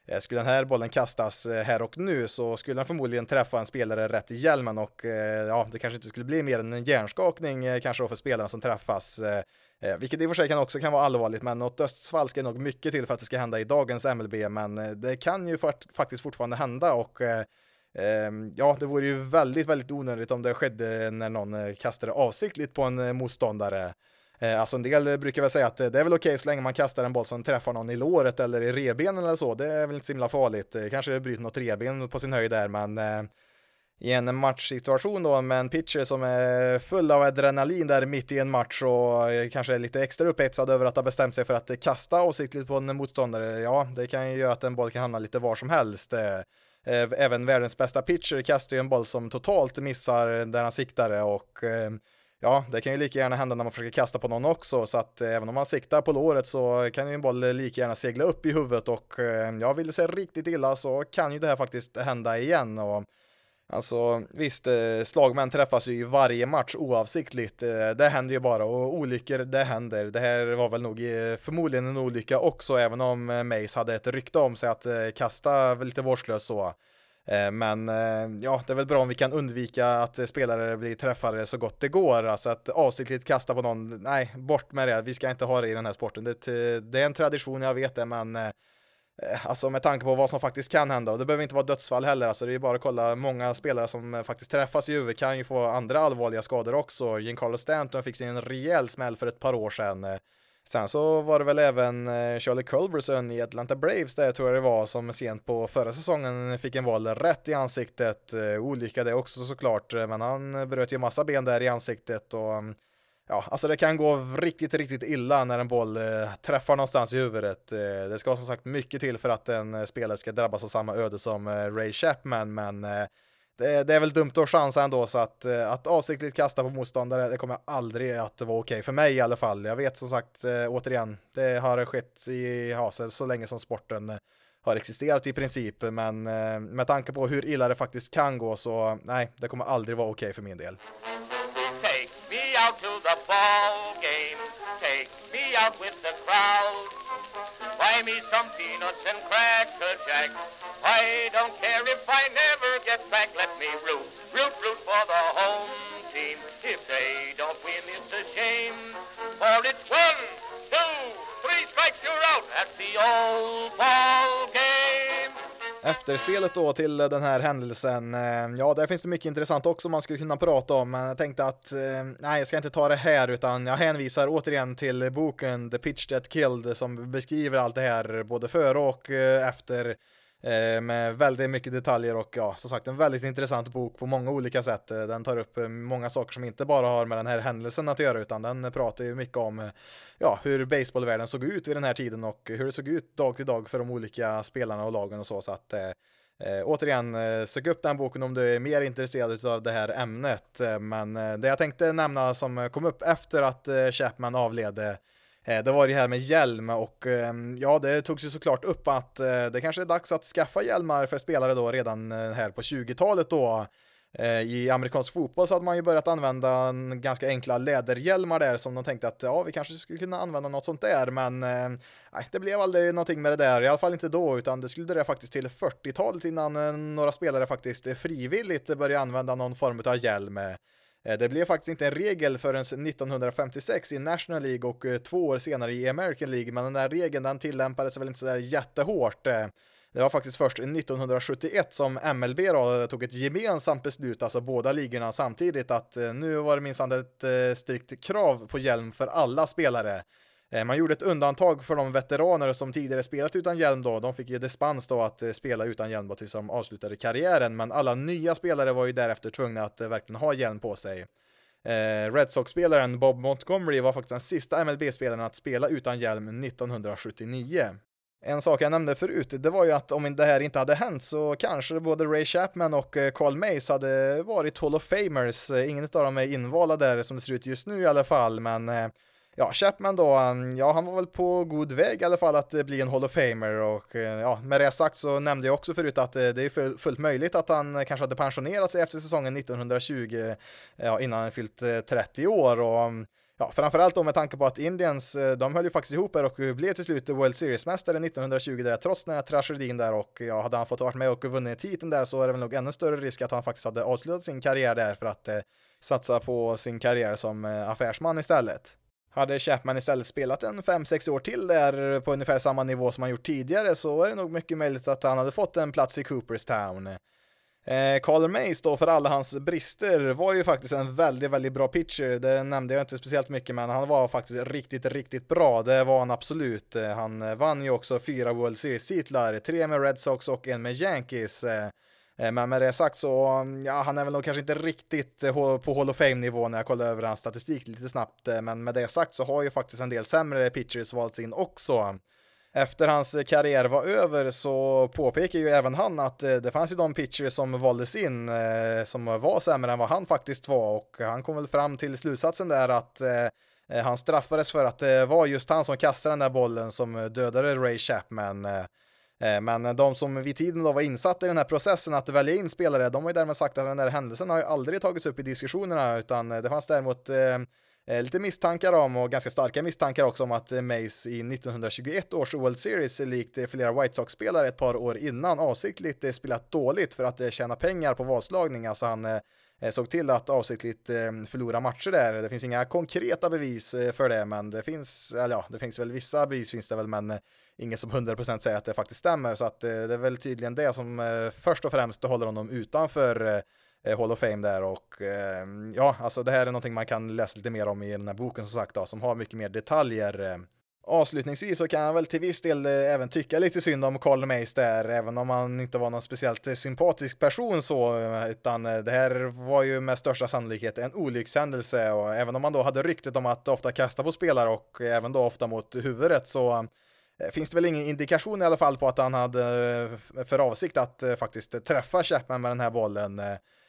Skulle den här bollen kastas här och nu så skulle den förmodligen träffa en spelare rätt i hjälmen och ja, det kanske inte skulle bli mer än en hjärnskakning kanske då för spelarna som träffas. Vilket i och för sig kan också kan vara allvarligt, men något dödsfall ska nog mycket till för att det ska hända i dagens M L B, men det kan ju faktiskt fortfarande hända och ja, det vore ju väldigt, väldigt onödigt om det skedde när någon kastade avsiktligt på en motståndare. Alltså en del brukar väl säga att det är väl okej så länge man kastar en boll som träffar någon i låret eller i rebenen eller så, det är väl inte så himla farligt. Kanske bryter något reben på sin höjd där, men i en matchsituation då med en pitcher som är full av adrenalin där mitt i en match och kanske är lite extra upphetsad över att ha bestämt sig för att kasta avsiktligt på en motståndare, ja, det kan ju göra att en boll kan hamna lite var som helst. Även världens bästa pitcher kastar ju en boll som totalt missar där han siktare och ja, det kan ju lika gärna hända när man försöker kasta på någon också, så att även om man siktar på låret så kan ju en boll lika gärna segla upp i huvudet och jag vill säga riktigt illa så kan ju det här faktiskt hända igen. Och alltså visst, slagmän träffas ju i varje match oavsiktligt, det händer ju bara och olyckor det händer. Det här var väl nog förmodligen en olycka också, även om Mays hade ett rykte om sig att kasta lite vårdslöst så. Men ja, det är väl bra om vi kan undvika att spelare blir träffade så gott det går. Alltså att avsiktligt kasta på någon, nej, bort med det. Vi ska inte ha det i den här sporten. Det, det är en tradition, jag vet det, men alltså med tanke på vad som faktiskt kan hända, och det behöver inte vara dödsfall heller, alltså det är bara att kolla, många spelare som faktiskt träffas i huvudet kan ju få andra allvarliga skador också. Giancarlo Stanton fick sig en rejäl smäll för ett par år sedan. Sen så var det väl även Charlie Culberson i Atlanta Braves där, tror jag det var, som sent på förra säsongen fick en boll rätt i ansiktet. Olycka det också såklart, men han bröt ju massa ben där i ansiktet och ja, alltså det kan gå riktigt, riktigt illa när en boll träffar någonstans i huvudet. Det ska som sagt mycket till för att en spelare ska drabbas av samma öde som Ray Chapman, men Det, det är väl dumt att chansa ändå, så att, att avsiktligt kasta på motståndare, det kommer aldrig att vara okej för mig i alla fall. Jag vet som sagt, återigen, det har skett i, ja, så, så länge som sporten har existerat i princip, men med tanke på hur illa det faktiskt kan gå så nej, det kommer aldrig vara okej för min del. Take me out to the ball game, take me out with the crowd, buy me some peanuts and cracker jack, I don't care if I never get back, let me root, root, root for the home team, if they don't win it's a shame, for it's one, two, three strikes you're out at the old ball game. Efterspelet då till den här händelsen, ja, där finns det mycket intressant också man skulle kunna prata om, men jag tänkte att nej, jag ska inte ta det här, utan jag hänvisar återigen till boken The Pitch That Killed som beskriver allt det här både före och efter, med väldigt mycket detaljer och ja, som sagt en väldigt intressant bok på många olika sätt. Den tar upp många saker som inte bara har med den här händelsen att göra, utan den pratar ju mycket om ja, hur baseballvärlden såg ut vid den här tiden och hur det såg ut dag till dag för de olika spelarna och lagen och så, så att eh, återigen, eh, sök upp den boken om du är mer intresserad av det här ämnet. Men eh, det jag tänkte nämna som kom upp efter att eh, Chapman avled, det var det här med hjälm och ja, det togs ju såklart upp att det kanske är dags att skaffa hjälmar för spelare då redan här på tjugotalet då. I amerikansk fotboll så hade man ju börjat använda en ganska enkla läderhjälmar där som de tänkte att ja, vi kanske skulle kunna använda något sånt där, men nej, det blev aldrig någonting med det där, i alla fall inte då, utan det skulle dröja faktiskt till fyrtiotalet innan några spelare faktiskt frivilligt började använda någon form av hjälm. Det blev faktiskt inte en regel förrän nittonhundrafemtiosex i National League och två år senare i American League, men den där regeln den tillämpades väl inte så där jättehårt. Det var faktiskt först nittonhundrasjuttioett som M L B då tog ett gemensamt beslut, alltså båda ligorna samtidigt, att nu var det minsann ett strikt krav på hjälm för alla spelare. Man gjorde ett undantag för de veteraner som tidigare spelat utan hjälm då. De fick ju dispens då att spela utan hjälm då tills de avslutade karriären. Men alla nya spelare var ju därefter tvungna att verkligen ha hjälm på sig. Red Sox-spelaren Bob Montgomery var faktiskt den sista M L B-spelaren att spela utan hjälm nittonhundrasjuttionio. En sak jag nämnde förut, det var ju att om det här inte hade hänt så kanske både Ray Chapman och Carl Mays hade varit Hall of Famers. Ingen av dem är invalda där som det ser ut just nu i alla fall, men ja, Chapman då, ja, han var väl på god väg i alla fall att bli en Hall of Famer och ja, med det sagt så nämnde jag också förut att det är fullt möjligt att han kanske hade pensionerat sig efter säsongen nittonhundratjugo, ja, innan han fyllt trettio år och Ja, framförallt då med tanke på att Indians, de höll ju faktiskt ihop här och blev till slut World Series-mästare nittonhundratjugo där, trots den här tragedin där, och ja, hade han fått varit med och vunnit titeln där så är det väl nog ännu större risk att han faktiskt hade avslutat sin karriär där för att eh, satsa på sin karriär som eh, affärsman istället. Hade Chapman istället spelat en fem sex år till där på ungefär samma nivå som han gjort tidigare så är det nog mycket möjligt att han hade fått en plats i Cooperstown. Eh, Carl Mays då, för alla hans brister, var ju faktiskt en väldigt, väldigt bra pitcher. Det nämnde jag inte speciellt mycket, men han var faktiskt riktigt, riktigt bra. Det var han absolut. Han vann ju också fyra World Series-titlar, tre med Red Sox och en med Yankees. Eh, men med det sagt så, ja, han är väl nog kanske inte riktigt på Hall of Fame-nivå när jag kollar över hans statistik lite snabbt. Men med det sagt så har ju faktiskt en del sämre pitchers valts in också. Efter hans karriär var över så påpekar ju även han att det fanns ju de pitchers som valdes in eh, som var sämre än vad han faktiskt var, och han kom väl fram till slutsatsen där att eh, han straffades för att det var just han som kastade den där bollen som dödade Ray Chapman. Eh, men de som vid tiden då var insatta i den här processen att välja in spelare, de har ju därmed sagt att den där händelsen har ju aldrig tagits upp i diskussionerna, utan det fanns däremot eh, lite misstankar om, och ganska starka misstankar också, om att Mays i nittonhundratjugoett års World Series likt flera White Sox-spelare ett par år innan avsiktligt spelat dåligt för att tjäna pengar på vadslagning. Alltså han eh, såg till att avsiktligt eh, förlora matcher där. Det finns inga konkreta bevis för det, men det finns, eller ja, det finns väl vissa bevis finns det väl, men eh, ingen som hundra procent säger att det faktiskt stämmer, så att eh, det är väl tydligen det som eh, först och främst håller honom utanför eh, Hall of Fame där, och eh, ja, alltså det här är någonting man kan läsa lite mer om i den här boken som sagt då, som har mycket mer detaljer. Avslutningsvis så kan jag väl till viss del även tycka lite synd om Carl Mays där, även om han inte var någon speciellt sympatisk person så, utan det här var ju med största sannolikhet en olyckshändelse, och även om man då hade ryktet om att ofta kasta på spelare och även då ofta mot huvudet, så finns det väl ingen indikation i alla fall på att han hade för avsikt att faktiskt träffa Chapman med den här bollen.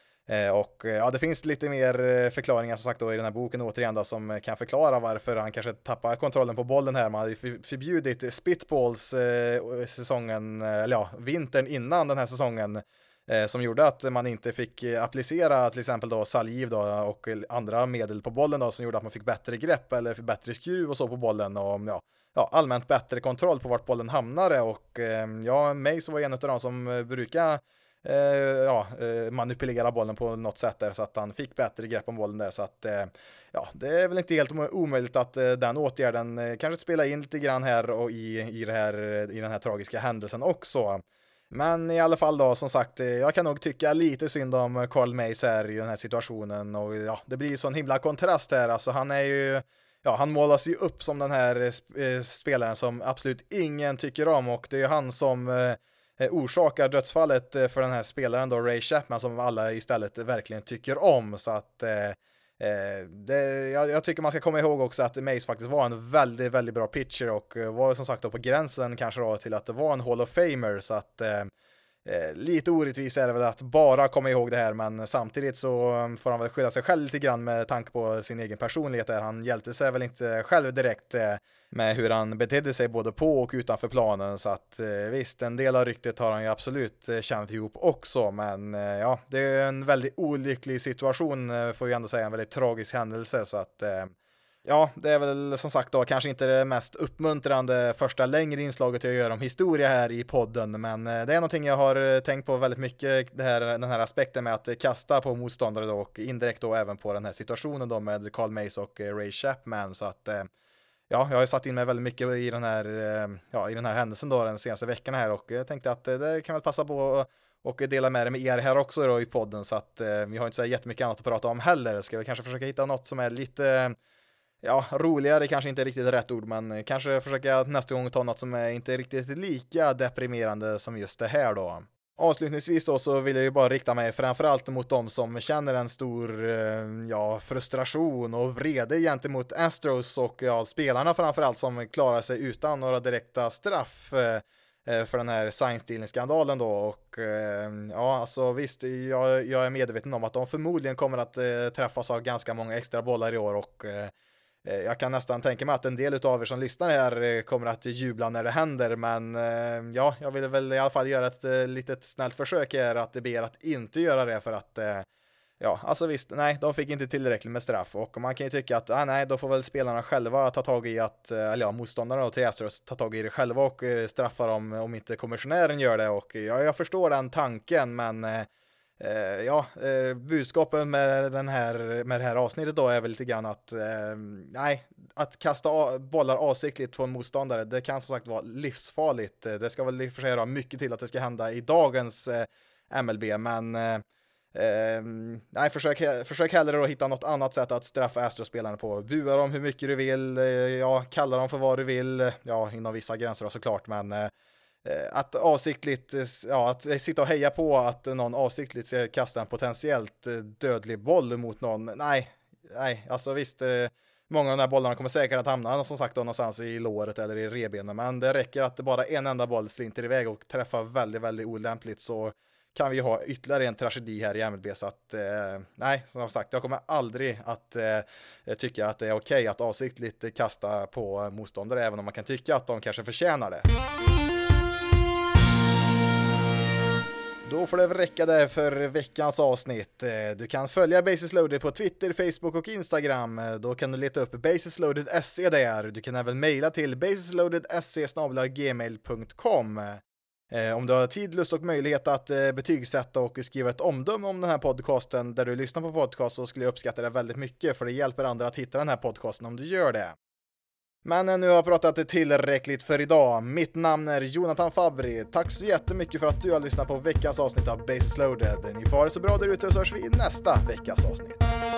Och ja, det finns lite mer förklaringar som sagt då i den här boken återigen då, som kan förklara varför han kanske tappar kontrollen på bollen här. Man hade ju förbjudit spitballs eh, säsongen, eller ja, vintern innan den här säsongen, eh, som gjorde att man inte fick applicera till exempel då saliv då och andra medel på bollen då, som gjorde att man fick bättre grepp eller fick bättre skruv och så på bollen, och ja, ja allmänt bättre kontroll på vart bollen hamnade. Och eh, ja, Mays var en av de som brukar Uh, ja, uh, manipulera bollen på något sätt där, så att han fick bättre grepp om bollen där, så att uh, ja, det är väl inte helt omöjligt att uh, den åtgärden uh, kanske spelar in lite grann här och i, i, det här, i den här tragiska händelsen också. Men i alla fall då, som sagt, uh, jag kan nog tycka lite synd om Carl Mays här i den här situationen, och ja, det blir sån himla kontrast här, alltså han är ju, ja, han målas ju upp som den här uh, spelaren som absolut ingen tycker om, och det är ju han som uh, orsakar dödsfallet för den här spelaren då, Ray Chapman, som alla istället verkligen tycker om. Så att eh, det, jag, jag tycker man ska komma ihåg också att Mays faktiskt var en väldigt, väldigt bra pitcher, och var som sagt då på gränsen kanske då till att det var en Hall of Famer, så att eh, lite orättvis är det väl att bara komma ihåg det här, men samtidigt så får han väl skylla sig själv lite grann med tanke på sin egen personlighet där. Han hjälpte sig väl inte själv direkt eh, med hur han betedde sig både på och utanför planen, så att eh, visst, en del av ryktet har han ju absolut eh, känt ihop också, men eh, ja, det är en väldigt olycklig situation, eh, får vi ändå säga, en väldigt tragisk händelse, så att eh, ja, det är väl som sagt då kanske inte det mest uppmuntrande första längre inslaget jag gör om historia här i podden, men det är någonting jag har tänkt på väldigt mycket, det här, den här aspekten med att kasta på motståndare då, och indirekt då även på den här situationen då med Carl Mays och Ray Chapman, så att ja, jag har ju satt in mig väldigt mycket i den här, ja, i den här händelsen då den senaste veckan här, och jag tänkte att det kan väl passa på och dela med det med er här också då i podden, så att vi har inte så jättemycket annat att prata om heller. Ska vi kanske försöka hitta något som är lite, ja, roligare, kanske inte riktigt rätt ord, men kanske försöka nästa gång ta något som är inte riktigt lika deprimerande som just det här då. Avslutningsvis då så vill jag ju bara rikta mig framförallt mot de som känner en stor, ja, frustration och vrede gentemot Astros och ja, spelarna framförallt, som klarar sig utan några direkta straff för den här sign-stealing-skandalen då, och ja, alltså visst, jag, jag är medveten om att de förmodligen kommer att träffas av ganska många extra bollar i år, och jag kan nästan tänka mig att en del av er som lyssnar här kommer att jubla när det händer, men ja, jag vill väl i alla fall göra ett litet snällt försök här att be er att inte göra det, för att Ja, alltså visst, nej, de fick inte tillräckligt med straff och man kan ju tycka att ah, nej, då får väl spelarna själva ta tag i att, eller ja, motståndarna då till Astros ta tag i det själva och eh, straffa dem om inte kommissionären gör det och ja, jag förstår den tanken, men eh, ja, eh, budskapen med, den här, med det här avsnittet då är väl lite grann att eh, nej, att kasta bollar avsiktligt på en motståndare, det kan som sagt vara livsfarligt. Det ska väl i och för sig göra mycket till att det ska hända i dagens eh, M L B, men eh, Eh, nej, försök, försök hellre att hitta något annat sätt att straffa Astros-spelarna på. Bua dem hur mycket du vill, eh, ja, kalla dem för vad du vill, ja, inom vissa gränser då, såklart, men eh, att avsiktligt, ja, att sitta och heja på att någon avsiktligt ska kasta en potentiellt dödlig boll mot någon, nej, nej, alltså visst, eh, många av de här bollarna kommer säkert att hamna som sagt då, någonstans i låret eller i rebenen, men det räcker att det bara en enda boll slinter iväg och träffar väldigt, väldigt olämpligt, så kan vi ha ytterligare en tragedi här i M L B. Så att, eh, nej, som sagt, jag kommer aldrig att eh, tycka att det är okej att avsiktligt kasta på motståndare, även om man kan tycka att de kanske förtjänar det. Då får det räcka där för veckans avsnitt. Du kan följa Bases Loaded på Twitter, Facebook och Instagram. Då kan du leta upp Bases Loaded punkt se där. Du kan även mejla till basesloaded se snabel-a gmail punkt com. Om du har tid, lust och möjlighet att betygsätta och skriva ett omdöme om den här podcasten där du lyssnar på podcast, så skulle jag uppskatta det väldigt mycket, för det hjälper andra att hitta den här podcasten om du gör det. Men nu har jag pratat tillräckligt för idag. Mitt namn är Jonathan Fabri. Tack så jättemycket för att du har lyssnat på veckans avsnitt av Bases Loaded. Ni får ha det så bra där ute, så hörs vi i nästa veckas avsnitt.